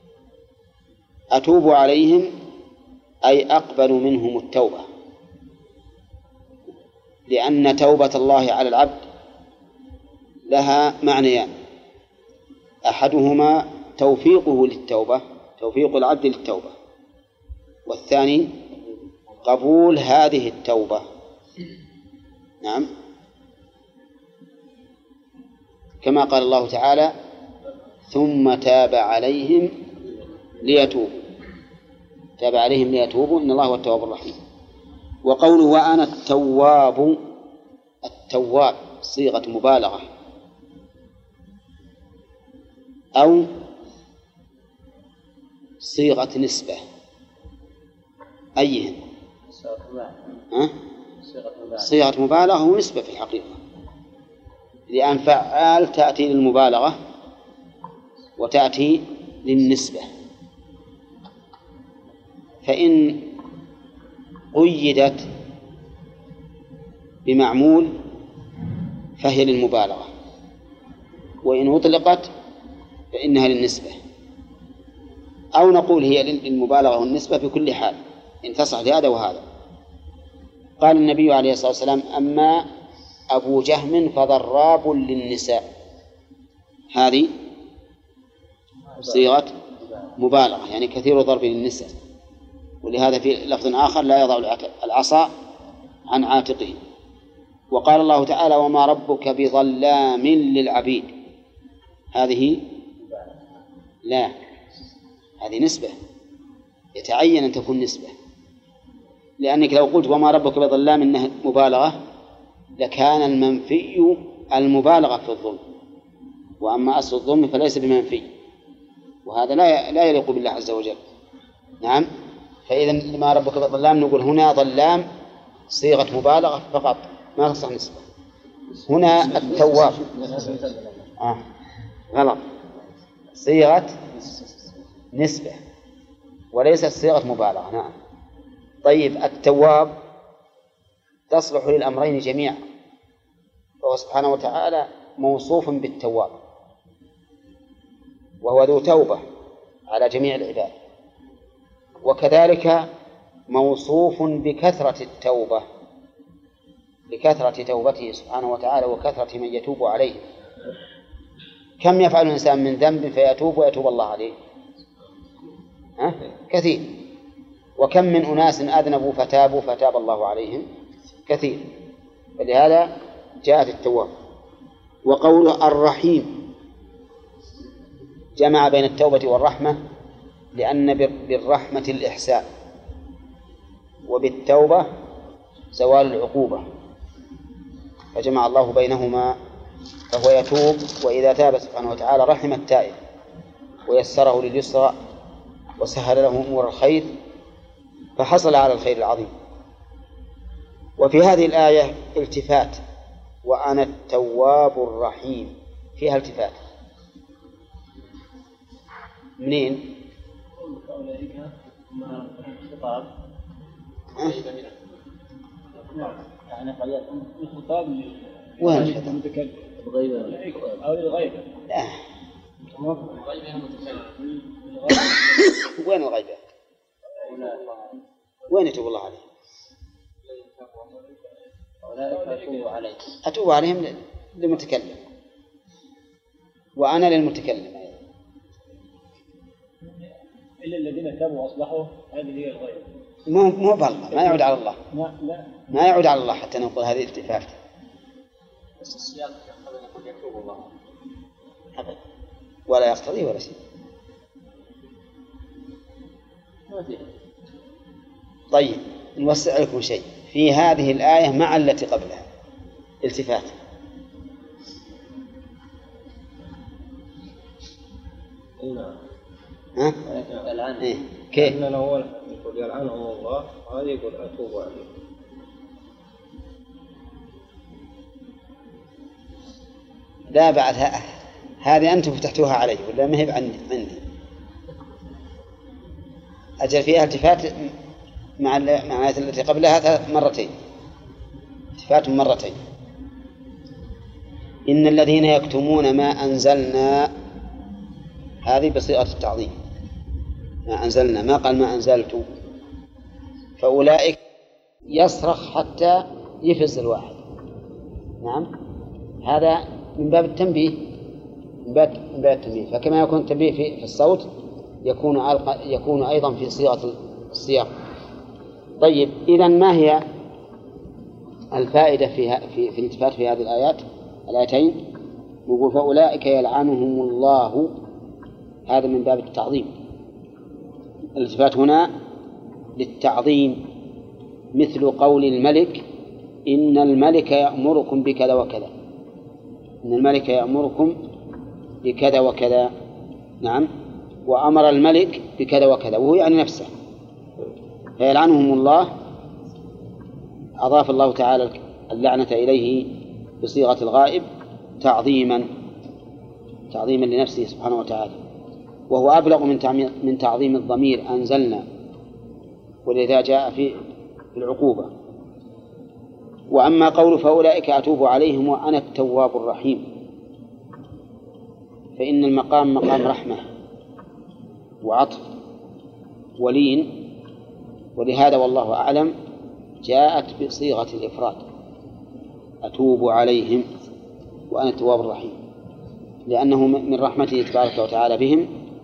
Speaker 1: أتوب عليهم أي أقبل منهم التوبة، لأن توبة الله على العبد لها معنيان: أحدهما توفيقه للتوبة، توفيق العبد للتوبة، والثاني قبول هذه التوبة. نعم، كما قال الله تعالى: ثم تاب عليهم ليتوبوا. تاب عليهم ليتوبوا إن الله هو التواب الرحيم. وقوله وأنا التواب، التواب صيغة مبالغة أو صيغة نسبة، أيهن؟ صيغة مبالغة ونسبة في الحقيقة، لأن فعال تأتي للمبالغة وتأتي للنسبة. فإن قيدت بمعمول فهي للمبالغة، وإن أطلقت فإنها للنسبة، أو نقول هي للمبالغة والنسبة في كل حال، إن تصح لهذا وهذا. قال النبي عليه الصلاة والسلام: أما أبو جهم فضراب للنساء. هذه صيغة مبالغة، يعني كثير ضرب للنساء، ولهذا في لفظ آخر: لا يضع العصا عن عاتقه. وقال الله تعالى: وما ربك بظلام للعبيد. هذه لا، هذه نسبة، يتعين أن تكون نسبة، لأنك لو قلت وما ربك بظلام إنها مبالغة لكان المنفي المبالغة في الظلم، وأما أصل الظلم فليس بمنفي، وهذا لا لا يليق بالله عز وجل. نعم، فإذا ما ربك بظلام نقول هنا ظلام صيغة مبالغة فقط، ما تصح نسبة. هنا التواب آه. غلط، صيغة نسبة وليست صيغة مبالغة. نعم. طيب، التواب تصلح للأمرين جميعا، فهو سبحانه وتعالى موصوف بالتواب، وهو ذو توبة على جميع العباد، وكذلك موصوف بكثرة التوبة، بكثرة توبته سبحانه وتعالى وكثرة من يتوب عليه. كم يفعل الإنسان من ذنب فيتوب ويتوب الله عليه؟ ها؟ كثير. وكم من أناس أذنبوا فتابوا فتاب الله عليهم؟ كثير. فلهذا جاءت التواب. وقوله الرحيم جمع بين التوبة والرحمة، لأن بالرحمة الإحسان وبالتوبة زوال العقوبة، فجمع الله بينهما، فهو يتوب، وإذا تاب سبحانه وتعالى رحم التائب ويسره لليسرى وسهل له أمور الخير فحصل على الخير العظيم. وفي هذه الآية التفات: وأنا التواب الرحيم، فيها التفات، منين؟
Speaker 3: أولئك ما خطاب يعني قضية الخطاب
Speaker 1: وين الخطاب؟
Speaker 3: المتكلم الغيبة أو الغيبة
Speaker 1: لا
Speaker 3: الغيبة المتكلم
Speaker 1: وين الغيبة؟ وين يتوب الله عليه؟
Speaker 3: أولئك أتوب عليهم
Speaker 1: أتوب عليهم للمتكلم وأنا للمتكلم أيضا.
Speaker 3: إلا الذين تابوا وأصلحوا هذه هي الغيبة.
Speaker 1: مو مو بالله ما يعود على الله.
Speaker 3: لا لا
Speaker 1: ما يعود على الله حتى نقول هذه التفات.
Speaker 3: بس السياق يقتضي أن يقول يتوب الله.
Speaker 1: أبدا ولا يقتضي ولا شيء.
Speaker 3: ما فيها.
Speaker 1: طيب نوسع لكم شيء في هذه الآية مع التي قبلها التفات. ها؟
Speaker 3: الآن
Speaker 1: كيف؟
Speaker 4: لأن الأول يقول يلعنهم الله وهذا يقول أتوب عليه.
Speaker 1: لا بعد هذه أنتم فتحتوها علي ولا ما هي عندي عندي أجل فيها التفات مع مع الآية التي قبلها مرتين التفات مرتين. إن الذين يكتمون ما أنزلنا هذه بصيغة التعظيم ما أنزلنا ما قال ما أنزلت فأولئك يصرخ حتى يفز الواحد. نعم هذا من باب التنبيه من باب التنبيه فكما يكون التنبيه في, في الصوت يكون يكون أيضا في صيغة السياق. طيب إذن ما هي الفائدة في في, في الالتفات في هذه الآيات الآيتين؟ نقول فأولئك يلعنهم الله هذا من باب التعظيم. الالتفات هنا للتعظيم مثل قول الملك إن الملك يأمركم بكذا وكذا إن الملك يأمركم بكذا وكذا. نعم وأمر الملك بكذا وكذا وهو يعني نفسه فيلعنهم الله. أضاف الله تعالى اللعنة إليه بصيغة الغائب تعظيما تعظيما لنفسه سبحانه وتعالى وهو أبلغ من من تعظيم الضمير أنزلنا ولذا جاء في العقوبة. وأما قول فأولئك أتوب عليهم وأنا التواب الرحيم فإن المقام مقام رحمة وعطف ولين ولهذا والله أعلم جاءت بصيغة الإفراد أتوب عليهم وأنا التواب الرحيم لأنه من رحمته تبارك وتعالى بهم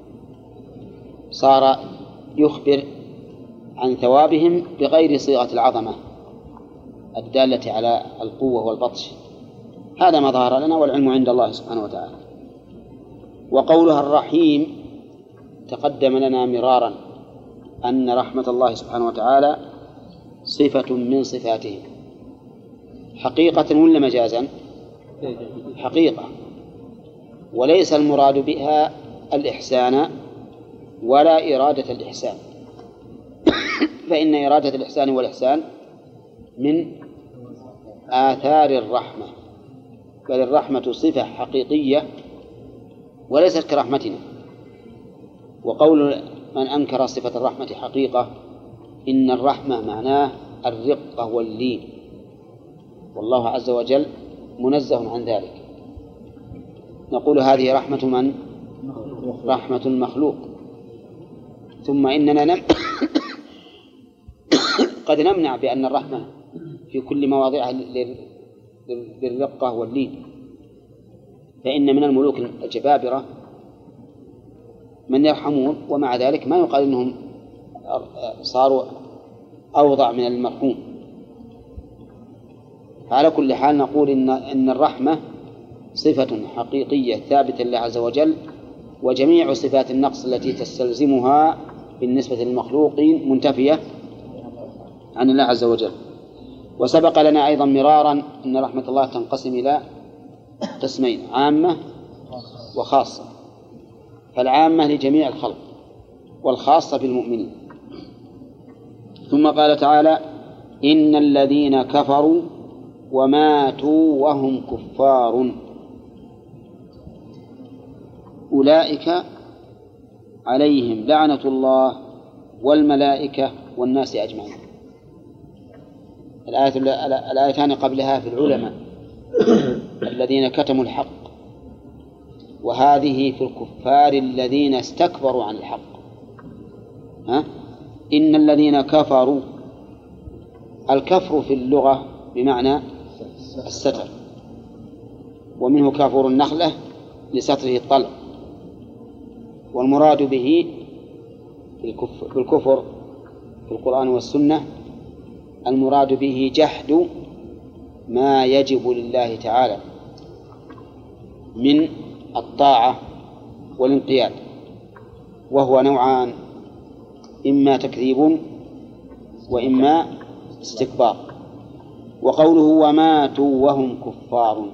Speaker 1: صار يخبر عن ثوابهم بغير صيغة العظمة الدالة على القوة والبطش. هذا ما ظهر لنا والعلم عند الله سبحانه وتعالى. وقولها الرحيم تقدم لنا مرارا أن رحمة الله سبحانه وتعالى صفة من صفاته حقيقة ولا مجازا؟ حقيقة وليس المراد بها الإحسان ولا إرادة الإحسان فإن إرادة الإحسان والإحسان من آثار الرحمة بل الرحمة صفة حقيقية وليست كرحمتنا. وقول من أنكر صفة الرحمة حقيقة إن الرحمة معناه الرقة واللين والله عز وجل منزه عن ذلك. نقول هذه رحمة من؟ رحمة المخلوق. ثم إننا نم قد نمنع بأن الرحمة في كل مواضعها للرقة واللين فإن من الملوك الجبابرة من يرحمون ومع ذلك ما يقال أنهم صاروا أوضع من المرحوم. على كل حال نقول إن, إن الرحمة صفة حقيقية ثابتة لله عز وجل وجميع صفات النقص التي تستلزمها بالنسبة للمخلوقين منتفية عن الله عز وجل. وسبق لنا أيضا مرارا أن رحمة الله تنقسم إلى قسمين عامة وخاصة فالعامة لجميع الخلق والخاصة بالمؤمنين. ثم قال تعالى إن الذين كفروا وماتوا وهم كفار أولئك عليهم لعنة الله والملائكة والناس أجمعين. الآية الآيتان قبلها في العلماء الذين كتموا الحق، وهذه في الكفار الذين استكبروا عن الحق. ها؟ إن الذين كفروا، الكفر في اللغة بمعنى الستر، ومنه كافور النخلة لستره الطلع، والمراد به في الكفر في القرآن والسنة المراد به جحد ما يجب لله تعالى من الطاعة والانقياد، وهو نوعان: إما تكذيب وإما استكبار. وقوله وماتوا وهم كفار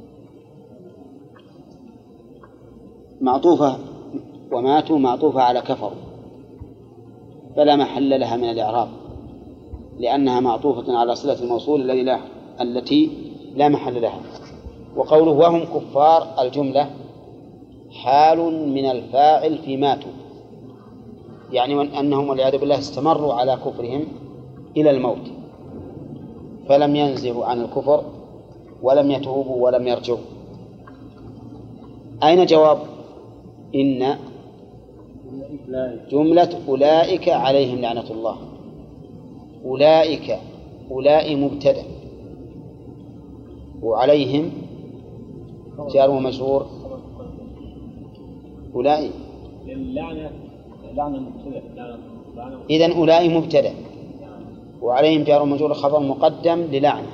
Speaker 1: معطوفة، وماتوا معطوفة على كفروا، فلا محل لها من الإعراب لأنها معطوفة على صلة الموصول الذي لا التي لا محل لها. وقوله وهم كفار الجملة حال من الفاعل في ماتوا، يعني أنهم والعياذ بالله استمروا على كفرهم إلى الموت، فلم ينزلوا عن الكفر ولم يتوبوا ولم يرجعوا. أين جواب إن؟ جملة أولئك عليهم لعنة الله. أولئك أولئك مبتدأ، وعليهم جار ومجرور. أولئك إذن أولئك مبتدأ وعليهم جار ومجرور خبر مقدم للعنة.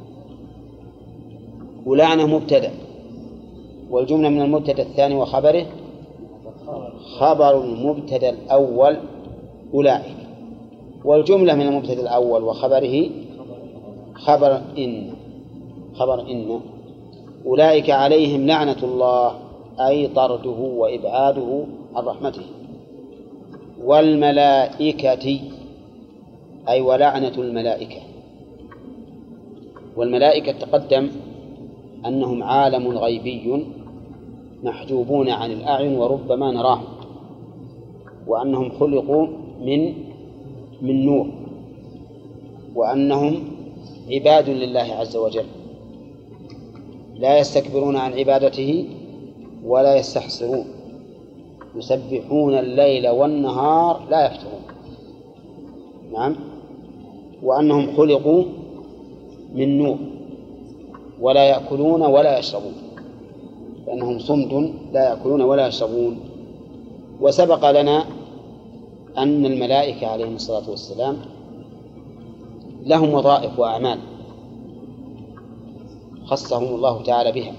Speaker 1: ولعنة مبتدأ، والجملة من المبتدأ الثاني وخبره خبر المبتدأ الأول أولئك، والجملة من المبتدأ الأول وخبره خبر إن خبر إن أولئك عليهم لعنة الله أي طرده وإبعاده عن رحمته. والملائكة أي ولعنة الملائكة. والملائكة تقدم أنهم عالم غيبي محجوبون عن الأعين وربما نراهم، وأنهم خلقوا من من نور، وأنهم عباد لله عز وجل لا يستكبرون عن عبادته ولا يستحسرون، يسبحون الليل والنهار لا يفترون. نعم. وأنهم خلقوا من نور ولا يأكلون ولا يشربون، لأنهم صمد لا يأكلون ولا يشربون. وسبق لنا أن الملائكة عليهم الصلاة والسلام لهم وظائف وأعمال خصهم الله تعالى بها،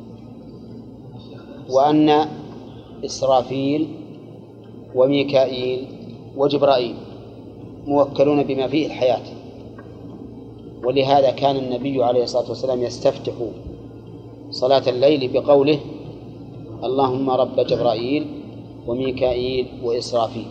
Speaker 1: وأن إسرافيل وميكائيل وجبرائيل موكلون بما فيه الحياة. ولهذا كان النبي عليه الصلاة والسلام يستفتح صلاة الليل بقوله اللهم رب جبرائيل وميكائيل وإسرافيل،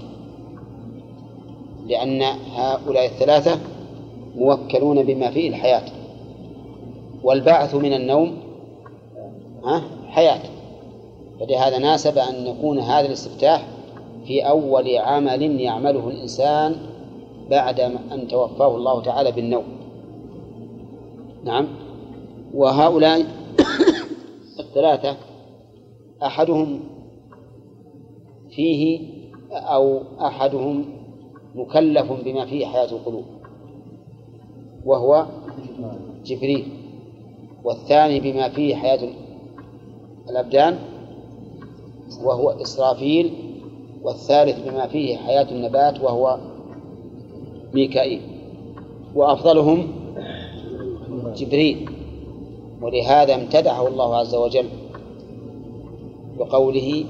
Speaker 1: لأن هؤلاء الثلاثة موكلون بما فيه الحياة، والبعث من النوم ها حياة. فلهذا ناسب أن يكون هذا الاستفتاح في أول عمل يعمله الإنسان بعد أن توفاه الله تعالى بالنوم. نعم. وهؤلاء الثلاثة أحدهم فيه أو أحدهم مكلف بما فيه حياة القلوب وهو جبريل، والثاني بما فيه حياة الأبدان وهو إسرافيل، والثالث بما فيه حياة النبات وهو ميكائيل، وأفضلهم جبريل. ولهذا امتدحه الله عز وجل بقوله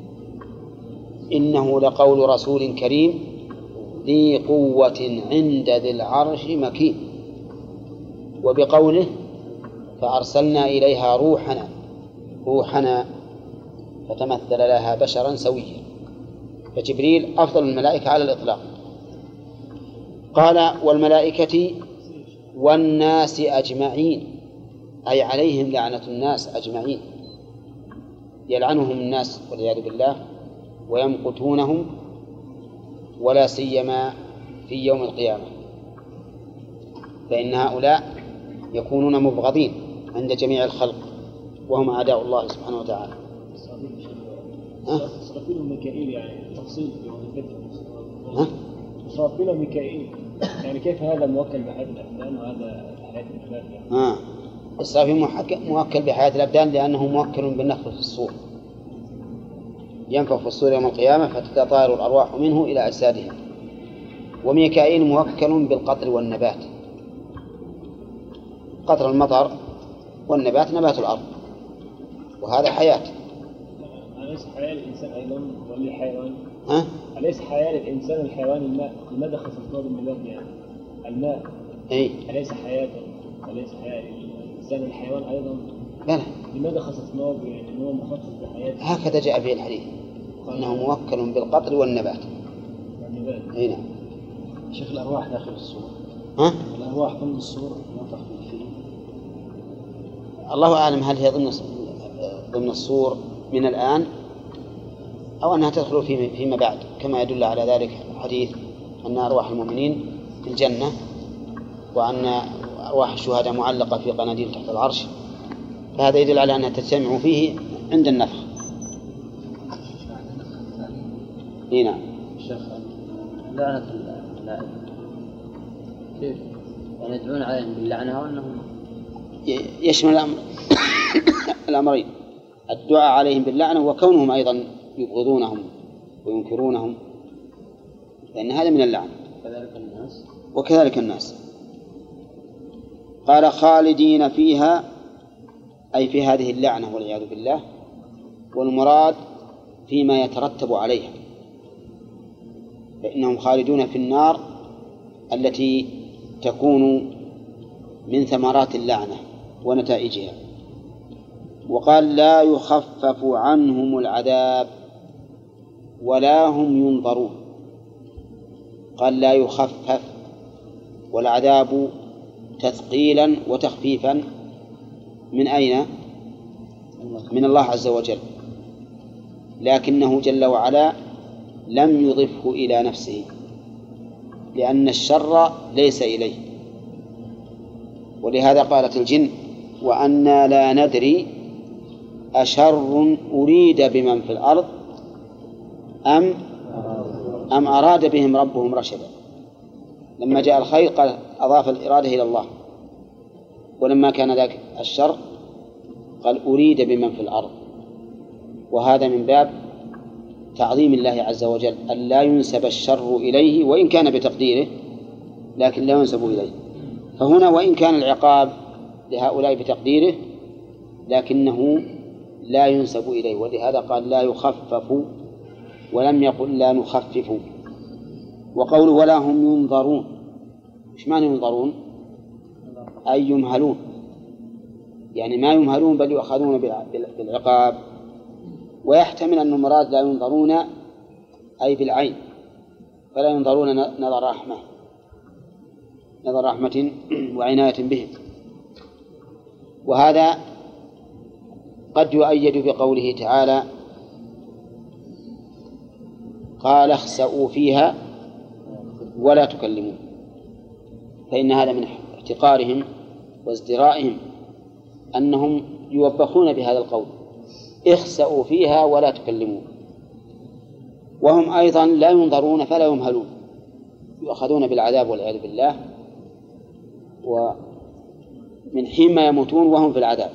Speaker 1: إنه لقول رسول كريم ذي قوة عند ذي العرش مكين، وبقوله فأرسلنا إليها روحنا روحنا فتمثل لها بشرا سويا. فجبريل أفضل الملائكة على الإطلاق. قال والملائكة والناس أجمعين أي عليهم لعنة الناس أجمعين، يلعنهم الناس والعياذ بالله ويمقتونهم، ولا سيما في يوم القيامة، فإن هؤلاء يكونون مبغضين عند جميع الخلق وهم أعداء الله سبحانه وتعالى.
Speaker 3: إسرافيل وميكائيل يعني تفصيل في وظيفتهم. إسرافيل وميكائيل يعني كيف هذا موكل بحياة الأبدان وهذا بحياة الأخلاق؟
Speaker 1: آه. إسرافيل موكل بحياة الأبدان لأنه موكل بالنفخ في الصور، ينفخ في الصور يوم القيامة فتتطاير الأرواح منه إلى أجسادهم. وميكائيل موكل بالقطر والنبات، قطر المطر والنبات نبات الأرض، وهذا حياة.
Speaker 3: أليس حياة الإنسان أيضا ولا حيوان؟
Speaker 1: ها؟
Speaker 3: أليس حياة الإنسان والحيوان الماء؟ لماذا خصصناه بالنبات يعني؟ الماء
Speaker 1: أي
Speaker 3: أليس حياته؟ أليس حياة الإنسان والحيوان أيضا؟
Speaker 1: بلى.
Speaker 3: لماذا خصصناه بأنه مخصص بحياته؟
Speaker 1: هكذا جاء في الحديث أنه موكل بالقطر والنبات.
Speaker 3: والنبات.
Speaker 1: أي نعم.
Speaker 2: شيخ الأرواح داخل الصورة.
Speaker 1: ها؟
Speaker 2: الأرواح ضمن الصورة ينفخ فيه.
Speaker 1: الله أعلم هل هي ضمن ضمن الصور من الآن أو أنها تدخل في فيما بعد، كما يدل على ذلك الحديث أن أرواح المؤمنين في الجنة، وأن أرواح الشهداء معلقة في قناديل تحت العرش، فهذا يدل على أنها تجتمع فيه عند النفخ. إيه نعم.
Speaker 5: شيخ لعنة الملائكة كيف؟ يعني يدعون عليهم باللعنة وأنهم
Speaker 1: يشمل الأمر الأمرين، الدعاء عليهم باللعنة وكونهم أيضا يبغضونهم وينكرونهم، لأن هذا من اللعنة.
Speaker 5: كذلك الناس
Speaker 1: وكذلك الناس. قال خالدين فيها أي في هذه اللعنة والعياذ بالله، والمراد فيما يترتب عليها، فإنهم خالدون في النار التي تكون من ثمرات اللعنة ونتائجها. وقال لا يخفف عنهم العذاب ولا هم ينظرون. قال لا يخفف، والعذاب تثقيلا وتخفيفا من أين؟ من الله عز وجل، لكنه جل وعلا لم يضفه إلى نفسه، لأن الشر ليس إليه. ولهذا قالت الجن وأنا لا ندري أشر أريد بمن في الأرض أم أم أراد بهم ربهم رشدا. لما جاء الخير قال أضاف الإرادة إلى الله، ولما كان ذاك الشر قال أريد بمن في الأرض. وهذا من باب تعظيم الله عز وجل أن لا ينسب الشر إليه، وإن كان بتقديره لكن لا ينسب إليه. فهنا وإن كان العقاب لهؤلاء بتقديره لكنه لا ينسب إليه، ولهذا قال لا يخفف ولم يقل لا نخفف. وقوله ولا هم ينظرون، إيش معنى ينظرون؟ أي يمهلون، يعني ما يمهلون بل يؤخذون بالعقاب. ويحتمل أن المراد لا ينظرون أي بالعين، فلا ينظرون نظر رحمة نظر رحمة وعناية بهم. وهذا قد يؤيد بقوله تعالى قال اخسئوا فيها ولا تكلمون، فإن هذا من احتقارهم وازدرائهم أنهم يوبخون بهذا القول اخسئوا فيها ولا تكلمون، وهم أيضا لا ينظرون فلا يمهلون، يؤخذون بالعذاب والعياذ بالله، ومن حين ما يموتون وهم في العذاب.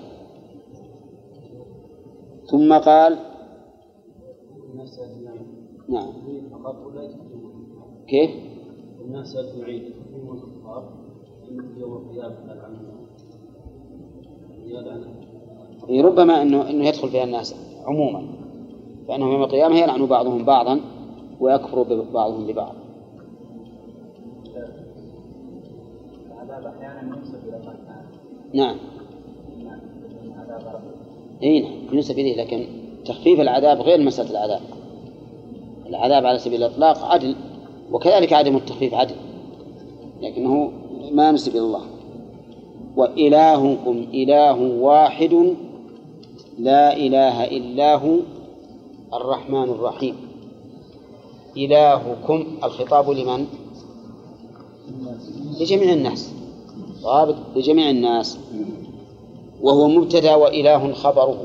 Speaker 1: ثم قال نعم كيف؟
Speaker 5: الناس أجمعين هم الكفار يوم القيامة
Speaker 1: العنة، ربما أنه أنه يدخل فيها الناس عموما، فإنهم يوم القيامة يلعن بعضهم بعضا ويكفر بعضهم ببعض.
Speaker 3: العذاب أحيانا ينسب إلى الله تعالى.
Speaker 1: نعم. إيه نعم ينسب إليه، لكن تخفيف العذاب غير مسألة العذاب. العذاب على سبيل الإطلاق عدل، وكذلك عدم التخفيف عدل، لكنه ما ينسب إلى الله. وإلهكم إله واحد لا إله إلا هو الرحمن الرحيم. إلهكم الخطاب لمن؟ لجميع الناس، رابط لجميع الناس، وهو مبتدأ وإله خبره،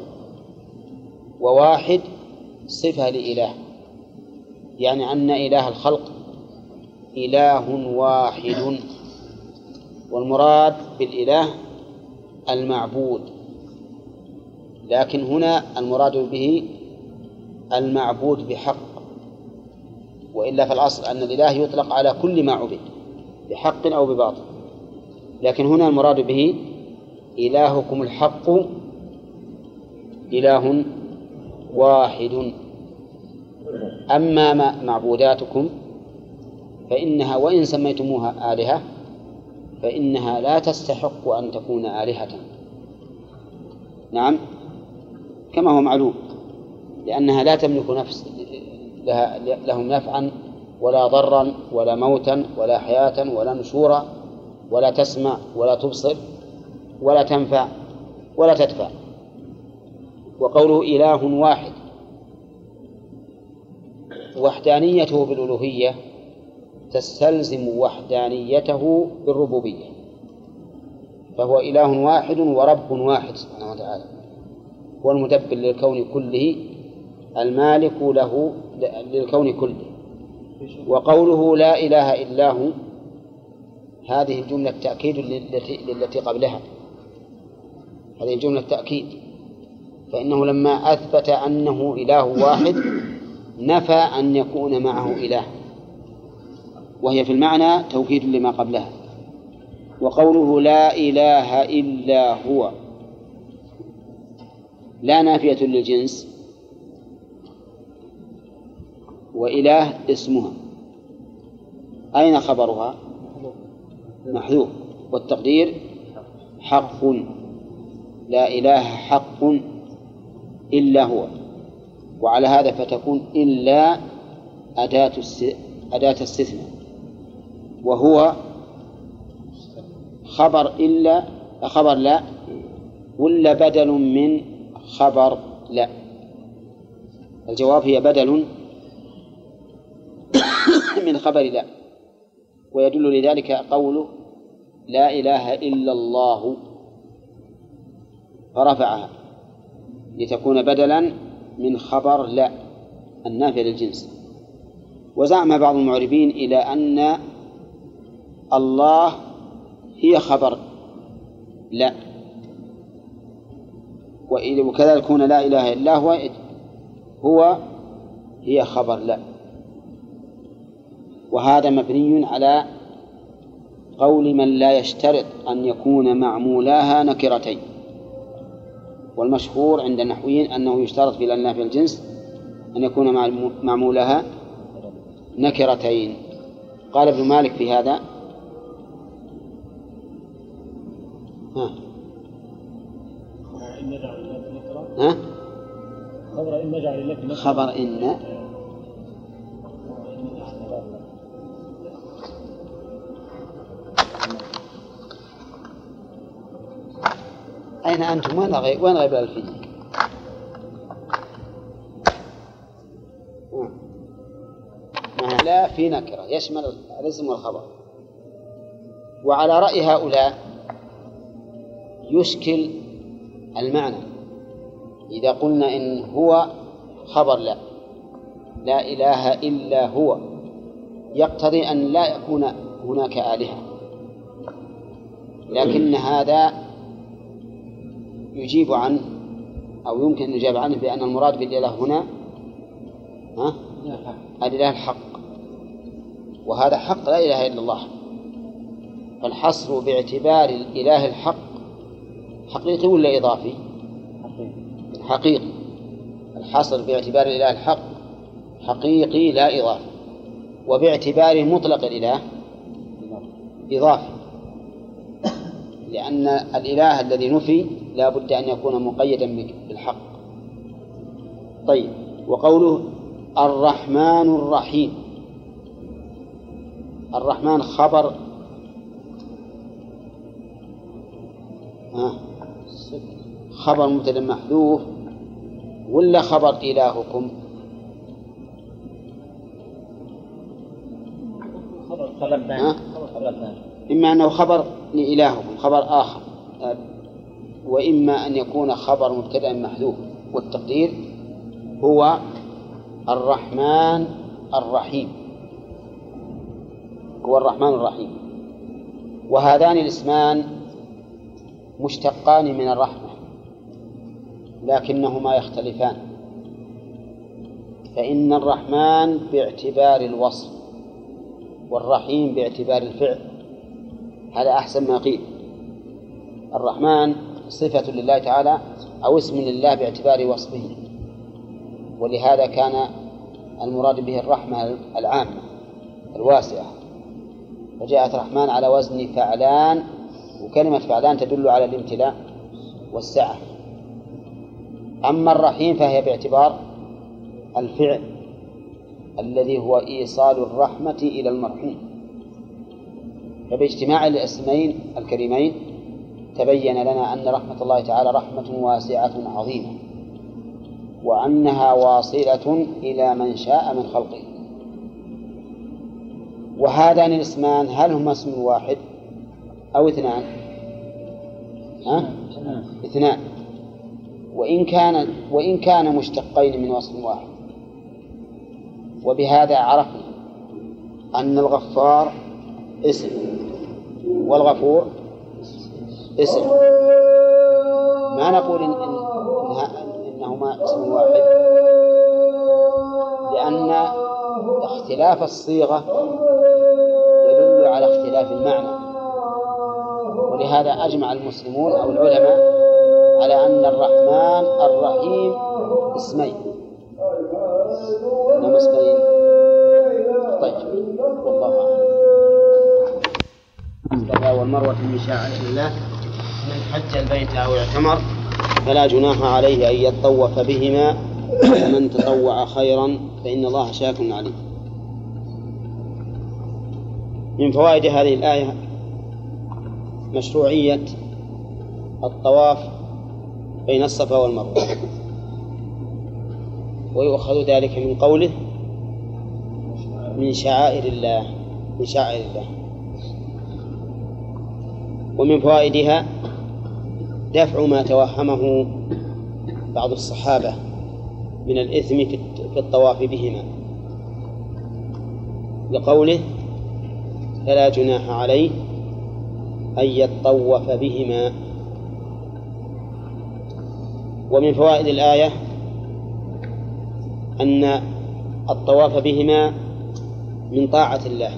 Speaker 1: وواحد صفة لإله، يعني أن إله الخلق إله واحد، والمراد بالإله المعبود، لكن هنا المراد به المعبود بحق، وإلا في الأصل أن الإله يطلق على كل ما عبد بحق أو بباطل، لكن هنا المراد به إلهكم الحق إله واحد. أما معبوداتكم فإنها وإن سميتموها آلهة فإنها لا تستحق أن تكون آلهة، نعم كما هو معلوم، لأنها لا تملك نفس لها لهم نفعا ولا ضرا ولا موتا ولا حياة ولا نشورا، ولا تسمع ولا تبصر ولا تنفع ولا تدفع. وقوله إله واحد وحدانيته بالألوهية تستلزم وحدانيته بالربوبية، فهو إله واحد ورب واحد سبحانه وتعالى، هو المدبر للكون كله المالك له للكون كله. وقوله لا إله إلا هو هذه الجملة تأكيد للتي قبلها، هذه الجملة تأكيد، فإنه لما أثبت أنه إله واحد نفى أن يكون معه إله، وهي في المعنى توكيد لما قبلها. وقوله لا إله إلا هو لا نافية للجنس، وإله اسمها، أين خبرها؟ محذوف، والتقدير حق، لا إله حق إلا هو، وعلى هذا فتكون إلا أداة أداة استثناء، وهو خبر إلا خبر لا ولا بدل من خبر لا؟ الجواب هي بدل من خبر لا، ويدل لذلك قوله لا إله إلا الله فرفعها لتكون بدلا من خبر لا النافية للجنس. وزعم بعض المعربين إلى أن الله هي خبر لا، وكذلك كون لا إله إلا هو هو هي خبر لا، وهذا مبني على قول من لا يشترط أن يكون معمولاها نكرتين، والمشهور عند النحويين أنه يشترط في النافية الجنس أن يكون معمولها نكرتين. قال ابن مالك في هذا ها ها
Speaker 3: خبر إن نجعل لك
Speaker 1: خبر إن أين أنتم؟ وين غيب وين غيب الألفية؟ لا في نكرة يشمل الاسم والخبر. وعلى رأي هؤلاء يشكل المعنى إذا قلنا إن هو خبر لا لا إله إلا هو، يقتضي أن لا يكون هناك آلهة، لكن هذا يجيب عنه أو يمكن أن يجاب عنه بأن المراد بالإله هنا ها الإله الحق، وهذا حق لا إله إلا الله، فالحصر باعتبار الإله الحق حقيقي ولا إضافي؟ حقيقي. الحصر باعتبار الإله الحق حقيقي لا إضافي، وباعتبار مطلق الإله إضافي، لأن الإله الذي نفي لا بد أن يكون مقيدا بالحق. طيب، وقوله الرحمن الرحيم، الرحمن خبر آه. خبر مبتدأ محذوف ولا خبر إلهكم؟
Speaker 5: خبر ثاني.
Speaker 1: ها؟
Speaker 5: خبر ثاني.
Speaker 1: إما أنه خبر لإلهكم خبر آخر، وإما أن يكون خبر مبتدأ محذوف، والتقدير هو الرحمن الرحيم، هو الرحمن الرحيم. وهذان الاسمان مشتقان من الرحمة لكنهما يختلفان، فإن الرحمن باعتبار الوصف والرحيم باعتبار الفعل، هذا أحسن ما قيل. الرحمن صفة لله تعالى أو اسم لله باعتبار وصفه، ولهذا كان المراد به الرحمة العامة الواسعة، فجاءت رحمن على وزن فعلان، وكلمة فعلان تدل على الامتلاء والسعة. أما الرحيم فهي باعتبار الفعل الذي هو إيصال الرحمة إلى المرحوم. فباجتماع الاسمين الكريمين تبين لنا أن رحمة الله تعالى رحمة واسعة عظيمة، وأنها واصلة إلى من شاء من خلقه. وهذان الاسمان هل هما اسم واحد أو اثنان؟ ها؟ اثنان. وإن كان وإن كان مشتقين من وصف واحد. وبهذا عرفنا أن الغفار اسم والغفور اسم، ما نقول إن إنها إنهما اسم واحد، لأن اختلاف الصيغة يدل على اختلاف المعنى. ولهذا أجمع المسلمون أو العلماء على أن الرحمن الرحيم اسمين، إنما اسمين. طيب، والله أعلم. الصفا والمروة من شعائر الله، من حج البيت أو اعتمر فلا جناح عليه أن يطوف بهما، ومن تطوع خيرا فإن الله شاكر عليم. من فوائد هذه الآية مشروعية الطواف بين الصفا والمروة، ويؤخذ ذلك من قوله من شعائر الله، من شعائر الله. ومن فوائدها دفع ما توهمه بعض الصحابة من الإثم في الطواف بهما، لقوله فلا جناح عليه أن يطوف بهما. ومن فوائد الآية أن الطواف بهما من طاعة الله،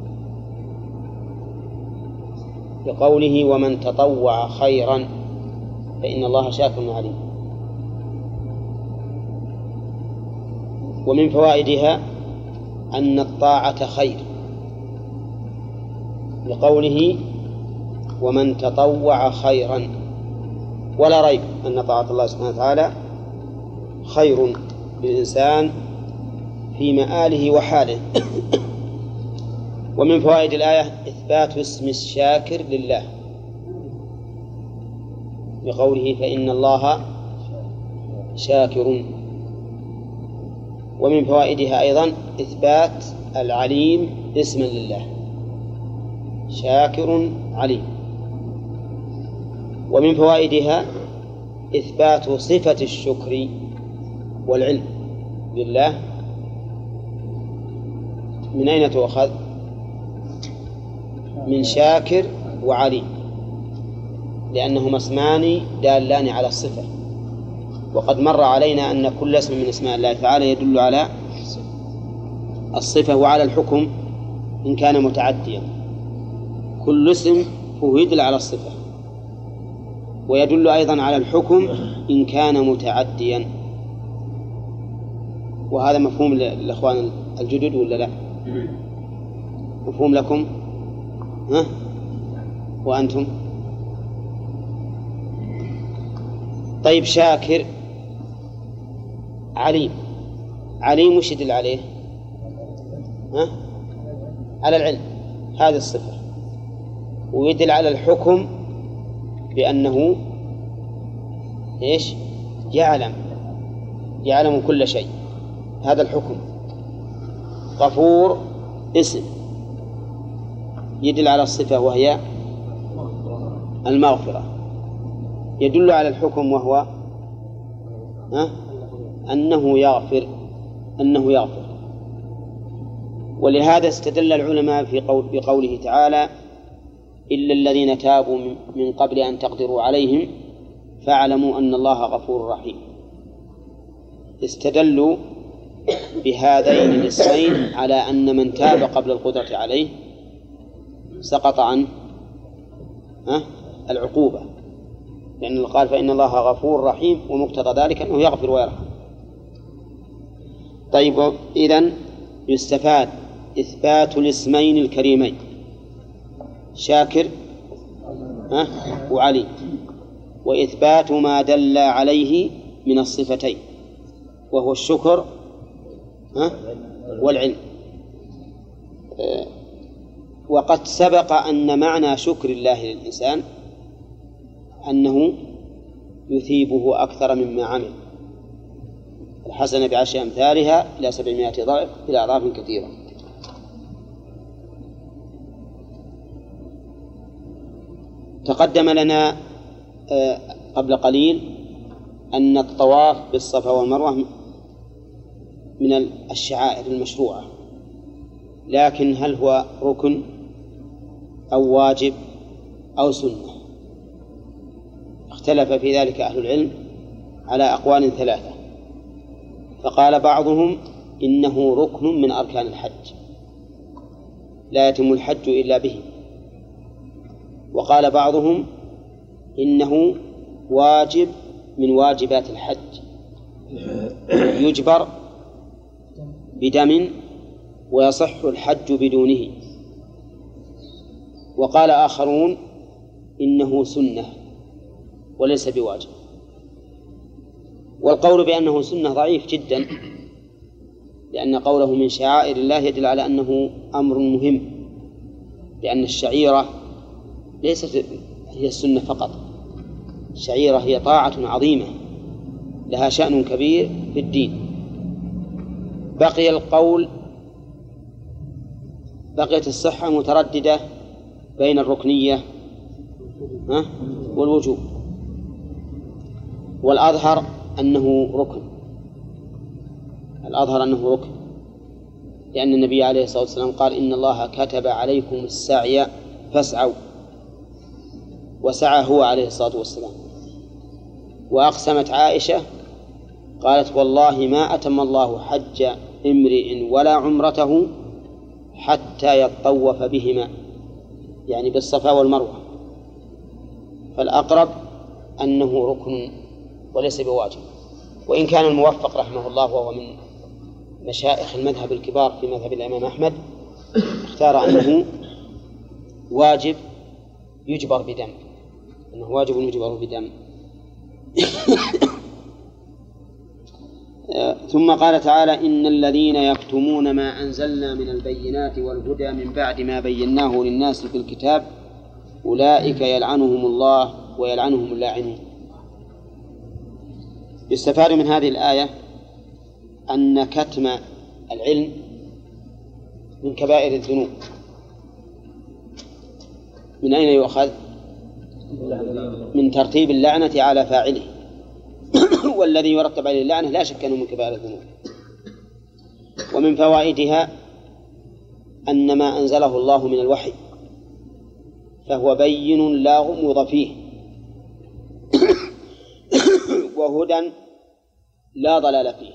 Speaker 1: لقوله ومن تطوع خيرا فإن الله شاكر عليم. ومن فوائدها أن الطاعة خير، لقوله ومن تطوع خيرا، ولا ريب أن طاعة الله سبحانه وتعالى خير للإنسان في مآله وحاله. ومن فوائد الآية إثبات اسم الشاكر لله، بقوله فإن الله شاكر. ومن فوائدها أيضا إثبات العليم اسما لله، شاكر عليم. ومن فوائدها إثبات صفة الشكر والعلم لله. من أين تؤخذ؟ من شاكر وعليم، لأنهما اسمان دالان على الصفة. وقد مر علينا أن كل اسم من اسماء الله تعالى يدل على الصفة وعلى الحكم إن كان متعديا. كل اسم فهو يدل على الصفة، ويدل أيضا على الحكم إن كان متعديا. وهذا مفهوم للأخوان الجدد ولا لا؟ مفهوم لكم؟ ها؟ وأنتم؟ طيب، شاكر عليم. عليم وش يدل عليه؟ ها؟ على العلم، هذه الصفة. ويدل على الحكم بأنه إيش؟ يعلم يعلم كل شيء، هذا الحكم. غفور اسم يدل على الصفة وهي المغفرة، يدل على الحكم وهو ها؟ أنه يغفر أنه يغفر. ولهذا استدل العلماء في قول بقوله تعالى إلا الذين تابوا من قبل أن تقدروا عليهم فاعلموا أن الله غفور رحيم. استدلوا بهذين الاسمين على أن من تاب قبل القدرة عليه سقط عن العقوبة، لأن يعني قال فإن الله غفور رحيم، ومقتضى ذلك أنه يغفر ويرحم. طيب، إذن يستفاد إثبات الاسمين الكريمين شاكر وعليم، وإثبات ما دل عليه من الصفتين وهو الشكر والعلم. وقد سبق أن معنى شكر الله للإنسان أنه يثيبه أكثر مما عمل، الحسنة بعشر أمثالها إلى سبعمائة ضعف إلى أضعاف كثيرة. تقدم لنا قبل قليل أن الطواف بالصفا والمروة من الشعائر المشروعة، لكن هل هو ركن أو واجب أو سنة؟ اختلف في ذلك أهل العلم على أقوال ثلاثة. فقال بعضهم إنه ركن من أركان الحج لا يتم الحج إلا به، وقال بعضهم إنه واجب من واجبات الحج يجبر بدم ويصح الحج بدونه، وقال آخرون إنه سنة وليس بواجب. والقول بأنه سنة ضعيف جدا، لأن قوله من شعائر الله يدل على أنه أمر مهم، لأن الشعيرة ليست هي السنة فقط، الشعيرة هي طاعة عظيمة لها شأن كبير في الدين. بقي القول بقيت الصحة مترددة بين الركنية والوجوب، والأظهر أنه ركن الأظهر أنه ركن لأن النبي عليه الصلاة والسلام قال إن الله كتب عليكم السعي فاسعوا، وسعى هو عليه الصلاة والسلام. وأقسمت عائشة قالت والله ما أتم الله حج امرئ ولا عمرته حتى يطوف بهما، يعني بالصفا والمروة. فالأقرب أنه ركن وليس بواجب، وإن كان الموفق رحمه الله وهو من مشائخ المذهب الكبار في مذهب الإمام أحمد اختار أنه واجب يجبر بدم أنه واجب يجبر بدم. ثم قال تعالى إن الذين يكتمون ما أنزلنا من البينات والهدى من بعد ما بيناه للناس في الكتاب أولئك يلعنهم الله ويلعنهم اللاعنون. يستفاد من هذه الآية أن كتم العلم من كبائر الذنوب. من أين يؤخذ؟ من ترتيب اللعنة على فاعله، والذي يرتب عليه اللعنة لا شك أنه من كبائر الذنوب. ومن فوائدها أن ما أنزله الله من الوحي فهو بين لا غموض فيه، وهدى لا ضلال فيه.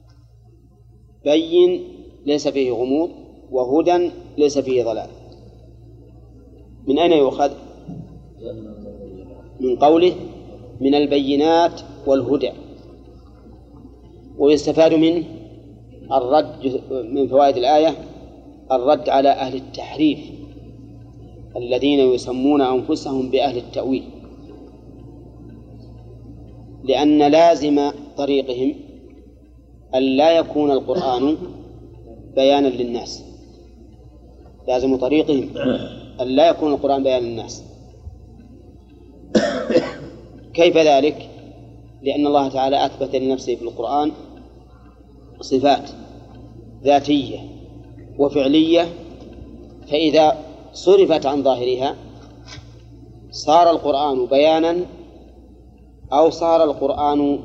Speaker 1: بين ليس فيه غموض، وهدى ليس فيه ضلال. من أين يؤخذ؟ من قوله من البينات والهدى. ويستفاد منه الرد من فوائد الآية الرد على أهل التحريف الذين يسمون أنفسهم بأهل التأويل، لأن لازم طريقهم أن لا يكون القرآن بيانا للناس. لازم طريقهم أن لا يكون القرآن بيانا للناس. كيف ذلك؟ لأن الله تعالى أثبت لنفسه في القرآن صفات ذاتية وفعلية، فإذا صرفت عن ظاهرها صار القرآن بيانا أو صار القرآن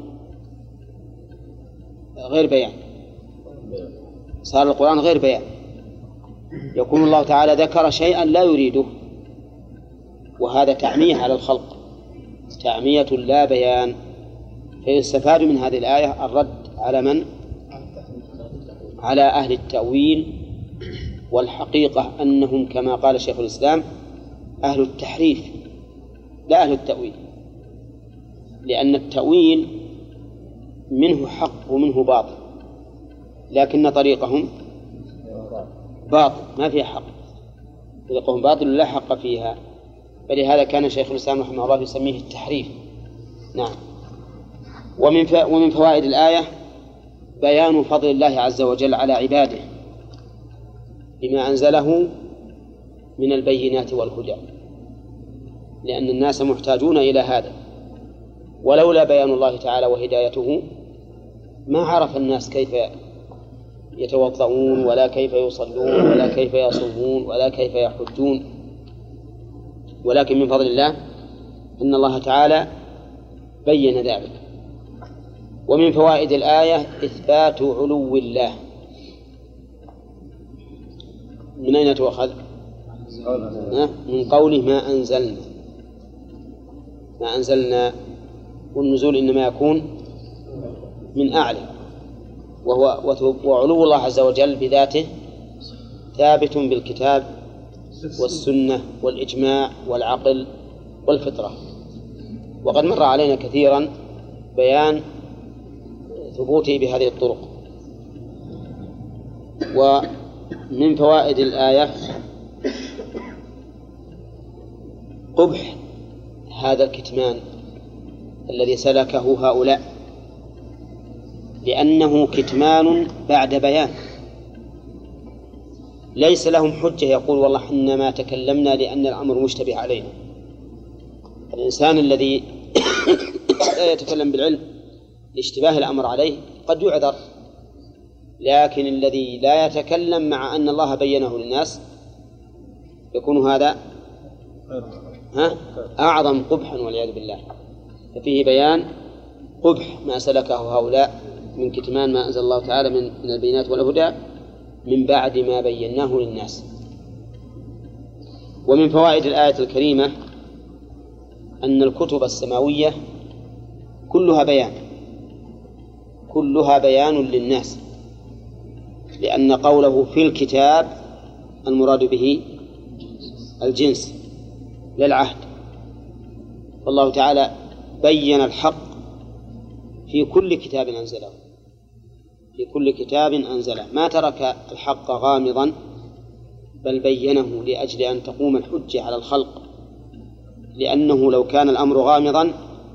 Speaker 1: غير بيان. صار القرآن غير بيان، يكون الله تعالى ذكر شيئا لا يريده، وهذا تعمية على الخلق، تعمية لا بيان. فيستفاد من هذه الآية الرد على من؟ على أهل التأويل، والحقيقة أنهم كما قال شيخ الإسلام أهل التحريف لا أهل التأويل، لأن التأويل منه حق ومنه باطل، لكن طريقهم باطل ما فيها حق، طريقهم باطل لا حق فيها، فلهذا كان شيخ الإسلام رحمه الله يسميه التحريف. نعم. ومن ومن فوائد الآية بيان فضل الله عز وجل على عباده بما أنزله من البينات والهدى، لأن الناس محتاجون إلى هذا، ولولا بيان الله تعالى وهدايته ما عرف الناس كيف يتوضؤون ولا كيف يصلون ولا كيف يصومون ولا كيف يحجون. ولكن من فضل الله أن الله تعالى بين ذلك. ومن فوائد الآية إثبات علو الله. من أين تؤخذ؟ من قوله ما أنزلنا، ما أنزلنا، والنزول إنما يكون من أعلى، وهو وعلو الله عز وجل بذاته ثابت بالكتاب والسنة والإجماع والعقل والفطرة. وقد مر علينا كثيرا بيان ثبوته بهذه الطرق. ومن فوائد الآية قبح هذا الكتمان الذي سلكه هؤلاء، لأنه كتمان بعد بيان، ليس لهم حجة يقول والله إنما تكلمنا لأن الأمر مشتبه علينا. الإنسان الذي لا يتكلم بالعلم لاشتباه الأمر عليه قد يعذر، لكن الذي لا يتكلم مع أن الله بينه للناس يكون هذا ها أعظم قبحا والعياذ بالله. ففيه بيان قبح ما سلكه هؤلاء من كتمان ما أنزل الله تعالى من من البينات والهدى من بعد ما بيناه للناس. ومن فوائد الآية الكريمة أن الكتب السماوية كلها بيان، كلها بيان للناس، لأن قوله في الكتاب المراد به الجنس لا العهد. والله تعالى بين الحق في كل كتاب أنزله، في كل كتاب أنزله، ما ترك الحق غامضا بل بينه لأجل أن تقوم الحجة على الخلق، لأنه لو كان الأمر غامضا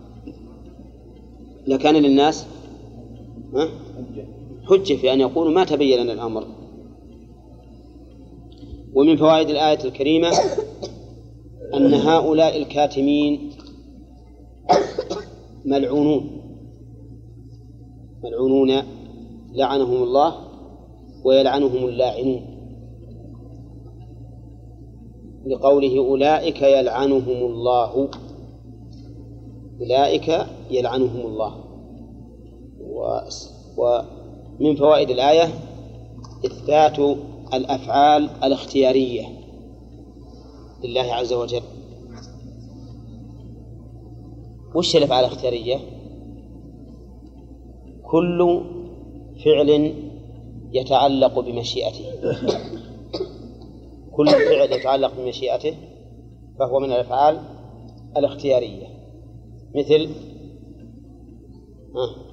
Speaker 1: لكان للناس حجة في أن يقولوا ما تبين لنا الأمر. ومن فوائد الآية الكريمة أن هؤلاء الكاتمين ملعونون، ملعونون لعنهم الله ويلعنهم اللاعنون، لقوله أولئك يلعنهم الله، أولئك يلعنهم الله. ومن فوائد الآية إثبات الأفعال الاختيارية لله عز وجل. وش الأفعال الاختيارية؟ كل فعل يتعلق بمشيئته، كل فعل يتعلق بمشيئته فهو من الأفعال الاختيارية، مثل آه.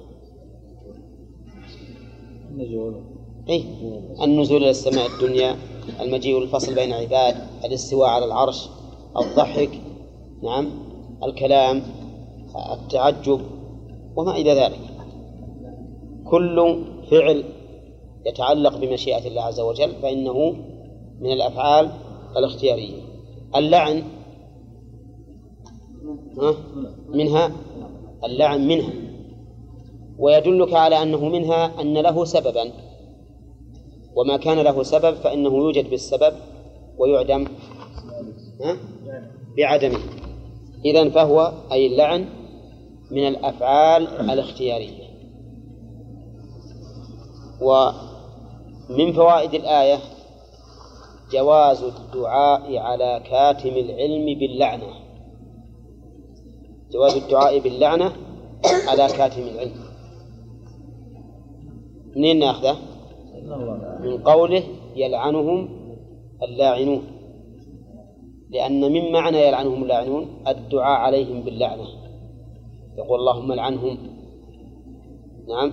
Speaker 3: النزول
Speaker 1: إيه؟ النزول إلى السماء الدنيا، المجيء والفصل بين عباد، الاستواء على العرش، الضحك، نعم، الكلام، التعجب وما إلى ذلك. كل فعل يتعلق بمشيئة الله عز وجل فإنه من الأفعال الاختيارية. اللعن منها، اللعن منها، ويدلك على أنه منها أن له سببا، وما كان له سبب فإنه يوجد بالسبب ويعدم ها؟ بعدمه. إذن فهو أي اللعن من الأفعال الاختيارية. ومن فوائد الآية جواز الدعاء على كاتم العلم باللعنة، جواز الدعاء باللعنة على كاتم العلم. منين ناخذه؟ من قوله يلعنهم اللاعنون، لأن من معنى يلعنهم اللاعنون الدعاء عليهم باللعنة، يقول اللهم لعنهم. نعم.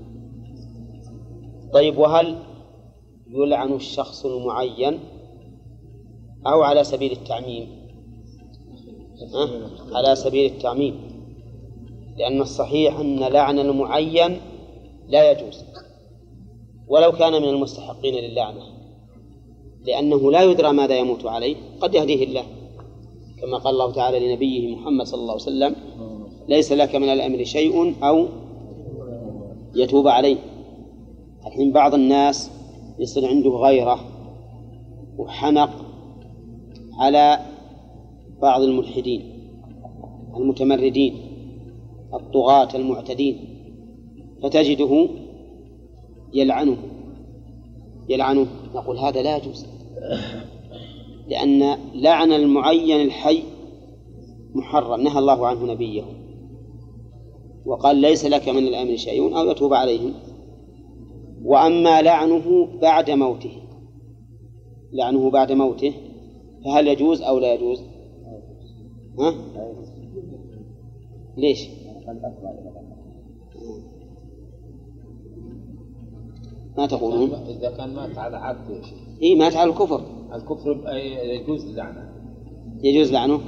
Speaker 1: طيب، وهل يلعن الشخص المعين أو على سبيل التعميم؟ أه؟ على سبيل التعميم، لأن الصحيح أن لعن المعين لا يجوز ولو كان من المستحقين للعنة، لأنه لا يدرى ماذا يموت عليه، قد يهديه الله، كما قال الله تعالى لنبيه محمد صلى الله عليه وسلم ليس لك من الأمر شيء أو يتوب عليه. الحين بعض الناس يصير عنده غيرة وحنق على بعض الملحدين المتمردين الطغاة المعتدين، فتجده يلعنه يلعنه نقول هذا لا يجوز، لأن لعن المعين الحي محرم، نهى الله عنه نبيه وقال ليس لك من الأمر شيء أو يتوب عليهم. وأما لعنه بعد موته، لعنه بعد موته فهل يجوز أو لا يجوز؟ ها؟ ليش؟ ما تقولون؟
Speaker 6: إذا كان مات على عبد
Speaker 1: إيه مات على الكفر،
Speaker 6: الكفر يجوز لعنه،
Speaker 1: يجوز لعنه.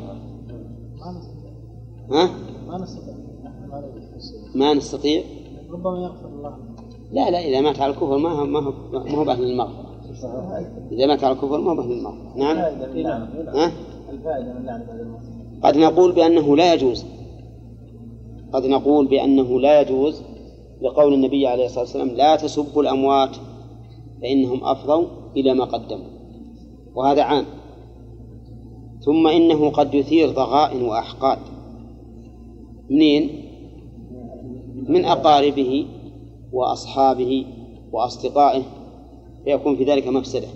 Speaker 1: ها؟
Speaker 3: ما نستطيع
Speaker 1: ما نستطيع
Speaker 3: ربما يغفر الله.
Speaker 1: لا لا، إذا مات على الكفر ما هو ما هو ما هو بأهل المغفرة. إذا مات على الكفر ما هو بأهل المغفرة. نعم. ها؟
Speaker 3: الفائدة من اللعنة بعد الموت.
Speaker 1: قد نقول بأنه لا يجوز، قد نقول بأنه لا يجوز لقول النبي عليه الصلاة والسلام لا تسبوا الأموات فإنهم أفضوا إلى ما قدموا، وهذا عام. ثم إنه قد يثير ضغائن وأحقاد. منين؟ من أقاربه وأصحابه وأصدقائه، فيكون في ذلك مفسدة.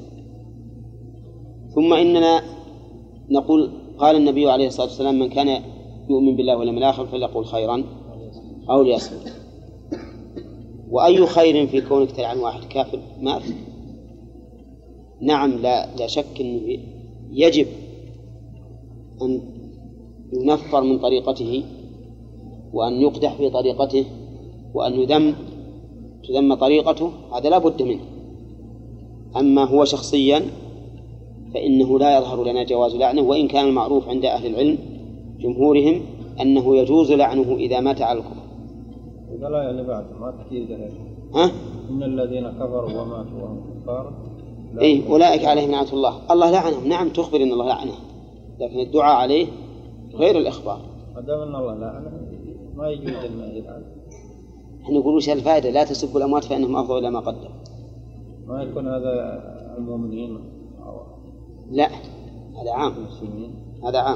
Speaker 1: ثم إننا نقول قال النبي عليه الصلاة والسلام من كان يؤمن بالله واليوم الآخر فليقول خيرا أو ليصمت. وأي خير في كونك تلعن واحد كافر؟ ما في. نعم، لا لا شك أنه يجب أن ينفر من طريقته وأن يقدح في طريقته وأن يذم تذم طريقته، هذا لا بد منه. أما هو شخصيا فإنه لا يظهر لنا جواز لعنه، وإن كان المعروف عند أهل العلم جمهورهم أنه يجوز لعنه إذا مات على الكفر.
Speaker 4: إذا لا يعني بعد ما تحتاج ذلك.
Speaker 1: ها؟
Speaker 4: إن الذين كفروا وماتوا وهم كفار.
Speaker 1: إيه أولئك عليهم لعنة الله. الله لعنهم، نعم تخبر إن الله لعنه، لكن الدعاء عليه غير الإخبار.
Speaker 4: ما دام أن الله لعنه ما يجوز أن يلعن.
Speaker 1: احنا نقول وش الفائدة؟ لا تسبوا الأموات فإنهم أفضوا إلى ما قدم.
Speaker 4: ما يكون هذا المؤمنين؟
Speaker 1: لا، هذا عام.
Speaker 4: المسلمين.
Speaker 1: هذا عام.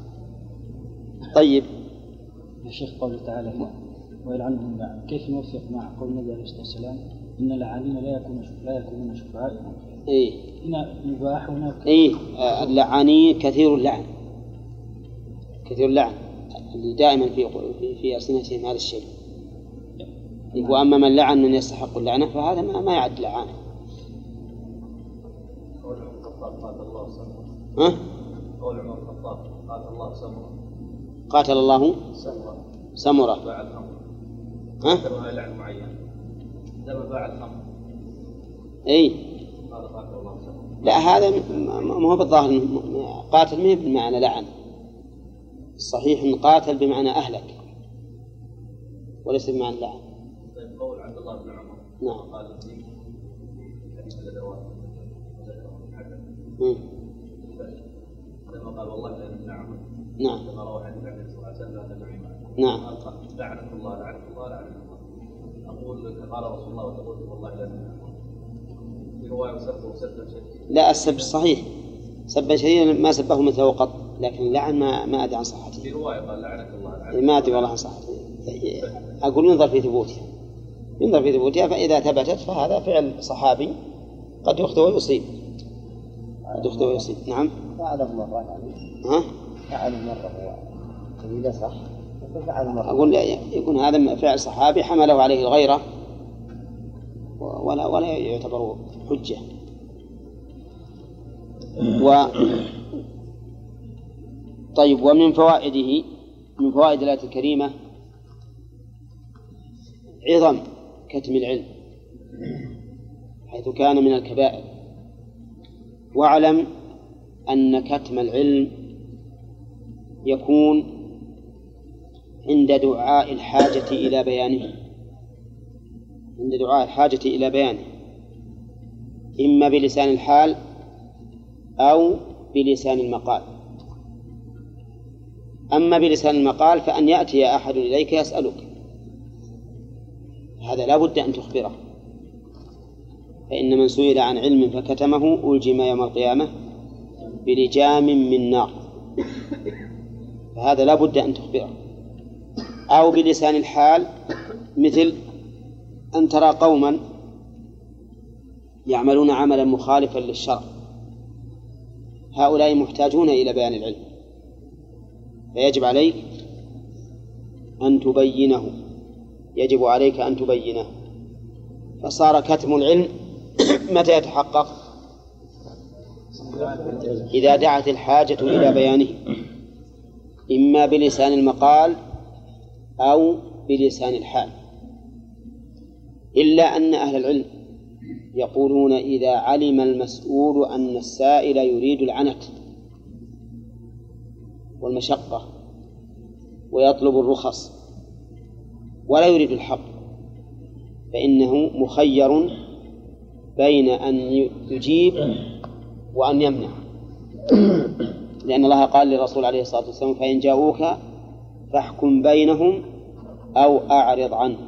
Speaker 1: طيب
Speaker 5: يا شيخ قوله تعالى ويلعنهم اللعن، كيف نوفق مع قول النبي عليه الصلاة والسلام إن اللاعنين لا يكونون لا يكونون شفعاء؟
Speaker 1: إيه
Speaker 5: هنا يباح هناك.
Speaker 1: إيه آه اللعانين كثير اللعن، كثير اللعن اللي دائما في في, في ألسنتهم هذا الشيء. وأما من لعن من يستحق اللعنة فهذا ما, ما يعد لعان.
Speaker 7: قول عمر الخطاب قاتل الله سمرة.
Speaker 1: ها؟
Speaker 7: قول عمر الخطاب قاتل الله سمرة.
Speaker 1: قاتل الله
Speaker 7: سمرة.
Speaker 1: سمرة.
Speaker 7: باع الخمر.
Speaker 1: ها؟
Speaker 7: ذكرها لعن معين. ذهب باع الخمر.
Speaker 1: إيه.
Speaker 7: قال قاتل الله سمرة.
Speaker 1: لا هذا ما هو بالظاهر قاتل منه بمعنى لعن، الصحيح إن قاتل بمعنى أهلك وليس بمعنى لعن.
Speaker 7: طيب قول عبد الله بن عمر.
Speaker 1: نعم.
Speaker 7: قال في حديث الأدوات وذكره الحكم. لما قال والله لا نعم.
Speaker 1: نعم.
Speaker 7: لما روى حديث النبي صلى الله عليه وسلم لا تدعوا إيمان.
Speaker 1: نعم.
Speaker 7: قال لعنك الله لعنك الله لعنك الله. أقول لك قال رسول الله وتقول والله لا نعم. في رواية وسبت وسبت شيء.
Speaker 1: لا السب صحيح، سبا شديدا ما سبه مثله قط، لكن لعن ما ما أدري عن صحته.
Speaker 7: في رواية قال لعنك الله.
Speaker 1: ما أدري والله عن صحته. أقول ينظر في ثبوتها، ينظر في ثبوتها، فإذا ثبتت فهذا فعل صحابي قد يخطئ ويصيب، قد يخطئ ويصيب. نعم.
Speaker 2: فعله مرة يعني.
Speaker 1: ها؟
Speaker 2: فعله مرة هو إذا صح فعله مرة.
Speaker 1: أقول يكون هذا فعل صحابي حمله عليه الغيرة ولا ولا يعتبر حجة. و طيب، ومن فوائده، من فوائد الآية الكريمة عظم كتم العلم حيث كان من الكبائر. واعلم أن كتم العلم يكون عند دعاء الحاجة إلى بيانه، عند دعاء الحاجة إلى بيانه، إما بلسان الحال أو بلسان المقال. أما بلسان المقال فأن يأتي أحد إليك يسألك، هذا لا بد أن تخبره، فإن من سئل عن علم فكتمه ألجم يوم القيامة بلجام من نار، فهذا لا بد أن تخبره. أو بلسان الحال، مثل أن ترى قوما يعملون عملا مخالفا للشرع، هؤلاء محتاجون إلى بيان العلم، فيجب عليك أن تبينه، يجب عليك أن تبينه. فصار كتم العلم متى يتحقق؟ إذا دعت الحاجة إلى بيانه، إما بلسان المقال أو بلسان الحال. إلا أن أهل العلم يقولون إذا علم المسؤول أن السائل يريد العنت والمشقة ويطلب الرخص ولا يريد الحق، فإنه مخير بين أن يجيب وأن يمنع، لأن الله قال للرسول عليه الصلاة والسلام: فإن جاءوك فاحكم بينهم أو أعرض عنهم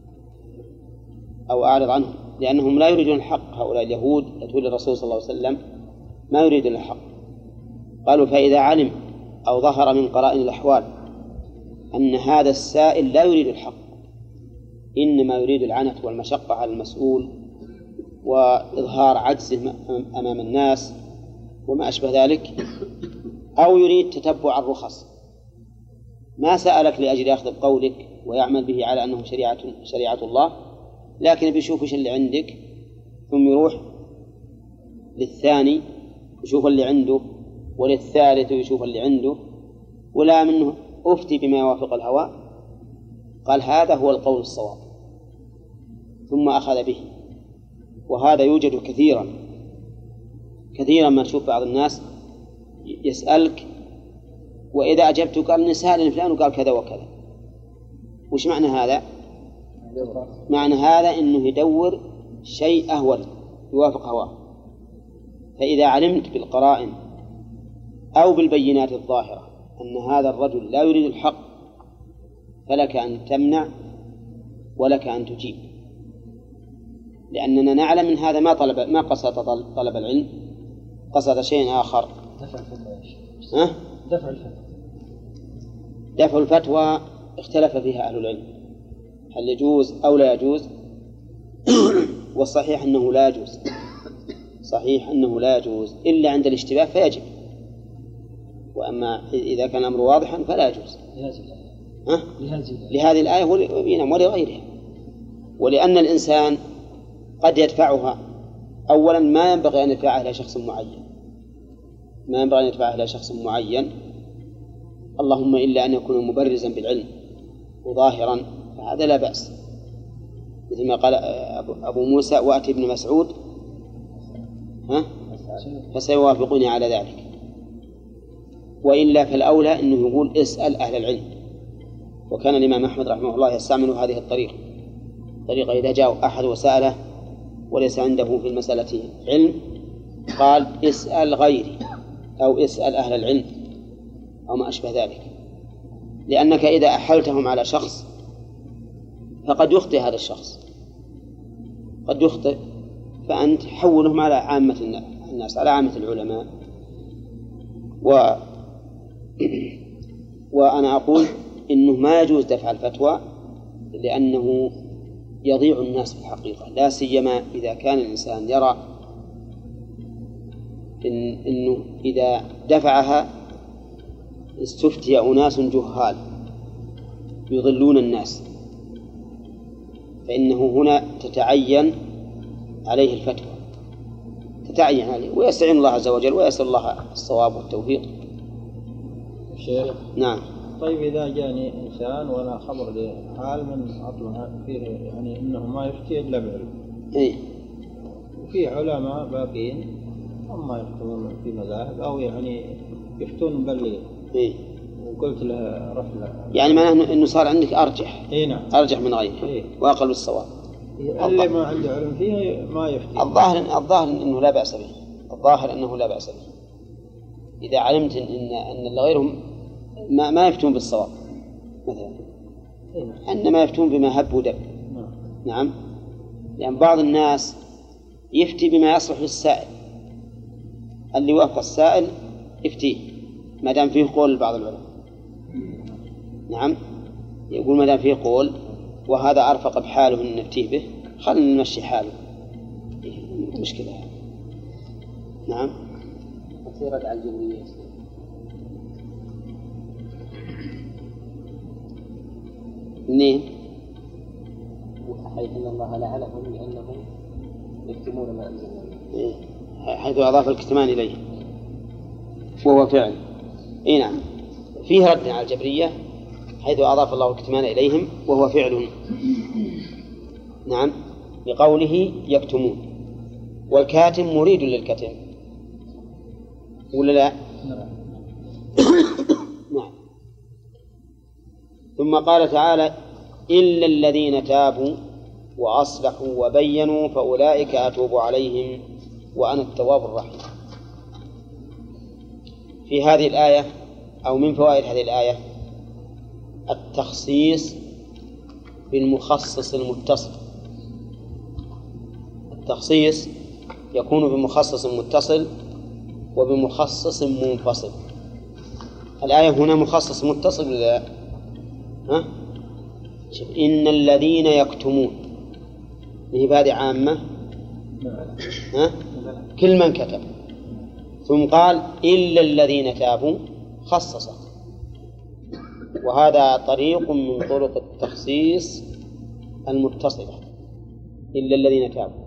Speaker 1: أو أعرض عنهم لأنهم لا يريدون الحق. هؤلاء اليهود يأتون للرسول صلى الله عليه وسلم ما يريدون الحق. قالوا: فإذا علم أو ظهر من قرائن الأحوال أن هذا السائل لا يريد الحق، إنما يريد العنت والمشقة على المسؤول وإظهار عجزه أمام الناس وما أشبه ذلك، أو يريد تتبع الرخص، ما سألك لأجل أخذ بقولك ويعمل به على أنه شريعة, شريعة الله، لكن بيشوف إيش اللي عندك ثم يروح للثاني يشوف اللي عنده، وللثالث يشوف اللي عنده، ولا منه أفتي بما يوافق الهوى. قال: هذا هو القول الصواب، ثم أخذ به. وهذا يوجد كثيرا كثيرا ما تشوف بعض الناس يسألك وإذا أجبت قال نسأل فلان وقال كذا وكذا. وش معنى هذا؟ معنى هذا إنه يدور شيء أهول يوافق هواه. فإذا علمت بالقرائن أو بالبينات الظاهرة أن هذا الرجل لا يريد الحق فلك أن تمنع ولك أن تجيب، لأننا نعلم من هذا ما طلب ما قصد طلب العلم، قصد شيء آخر.
Speaker 5: دفع الفتوى.
Speaker 1: ها؟
Speaker 5: دفع الفتوى.
Speaker 1: دفع الفتوى اختلف فيها أهل العلم هل يجوز أو لا يجوز، والصحيح أنه لا يجوز، صحيح أنه لا يجوز إلا عند الاشتباه فيجب، وأما إذا كان الأمر واضحا فلا يجوز. ها؟ لهذه الآية ولغيرها، ولأن الإنسان قد يدفعها. أولا ما ينبغي أن يدفعها إلى شخص معين، ما ينبغي أن يدفعها إلى شخص معين، اللهم إلا أن يكون مبرزا بالعلم وظاهرا، فهذا لا بأس، مثل ما قال أبو موسى: وأتي ابن مسعود ها فسيوافقني على ذلك. وإلا فالأولى أنه يقول: اسأل أهل العلم. وكان الإمام أحمد رحمه الله يستعمل هذه الطريقة، طريقة إذا جاء أحد وسأله وليس عنده في المسألة علم قال: اسأل غيري أو اسأل أهل العلم أو ما أشبه ذلك، لأنك إذا أحلتهم على شخص فقد يخطئ هذا الشخص، قد يخطئ، فأنت حولهم على عامة الناس، على عامة العلماء، و وأنا أقول إنه ما يجوز دفع الفتوى لأنه يضيع الناس في الحقيقة، لا سيما إذا كان الإنسان يرى إن إنه إذا دفعها استفتي أناس جهال يضلون الناس، فإنه هنا تتعين عليه الفتوى، تتعين عليه، ويستعين الله عز وجل ويسأل الله الصواب والتوفيق.
Speaker 4: شيخ
Speaker 1: نعم.
Speaker 4: طيب إذا جاني إنسان وأنا خبر لحال من أطلع فيه يعني إنه ما يفتي إلا بعلم،
Speaker 1: إيه؟
Speaker 4: وفي علماء باقين هم يفتون في مذاهب أو يعني يفتون بل
Speaker 1: إيه؟
Speaker 4: وقلت له رحلة،
Speaker 1: يعني معناه إنه صار عندك أرجح،
Speaker 4: إيه نعم،
Speaker 1: أرجح من غيره،
Speaker 4: إيه؟
Speaker 1: وأقل بالصواب.
Speaker 4: اللي ما عنده علم فيه ما يفتي.
Speaker 1: الظاهر الظاهر إنه لا بأس به، الظاهر إنه لا بأس به إذا علمت إن إن اللي غيرهم ما ما يفتون بالصواب مثلا، إنما يفتون بما هب ودب. نعم. يعني بعض الناس يفتي بما يصلح للسائل، اللي وافق السائل يفتيه ما دام فيه قول بعض العلماء. نعم. يقول ما دام فيه قول وهذا أرفق بحاله إن نفتيه به خلنا نمشي حاله، مشكلة. نعم.
Speaker 2: أثيرت على الجبرية
Speaker 1: منين؟
Speaker 2: حيث أن الله لعنهم لأنهم يكتمون ما أنزل
Speaker 1: إيه؟ حيث أضاف الكتمان إليه وهو فعل. إيه نعم، فيه رد على الجبرية حيث أضاف الله الكتمان إليهم وهو فعل. نعم، بقوله يكتمون، والكاتم مريد للكتم ولا لا؟ نعم. ثم قال تعالى إلا الذين تابوا وأصلحوا وبينوا فأولئك أتوب عليهم وأنا التواب الرحيم. في هذه الآية أو من فوائد هذه الآية التخصيص بالمخصص المتصل. التخصيص يكون بمخصص متصل وبمخصص منفصل. الآية هنا مخصص متصل ولا ها؟ إن الذين يكتمون هذه عامة، ها؟ كل من كتب، ثم قال إلا الذين تابوا خصص، وهذا طريق من طرق التخصيص المتصلة، إلا الذين تابوا.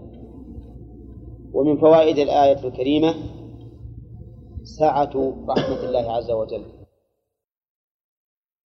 Speaker 1: ومن فوائد الآية الكريمة سعة رحمة الله عز وجل،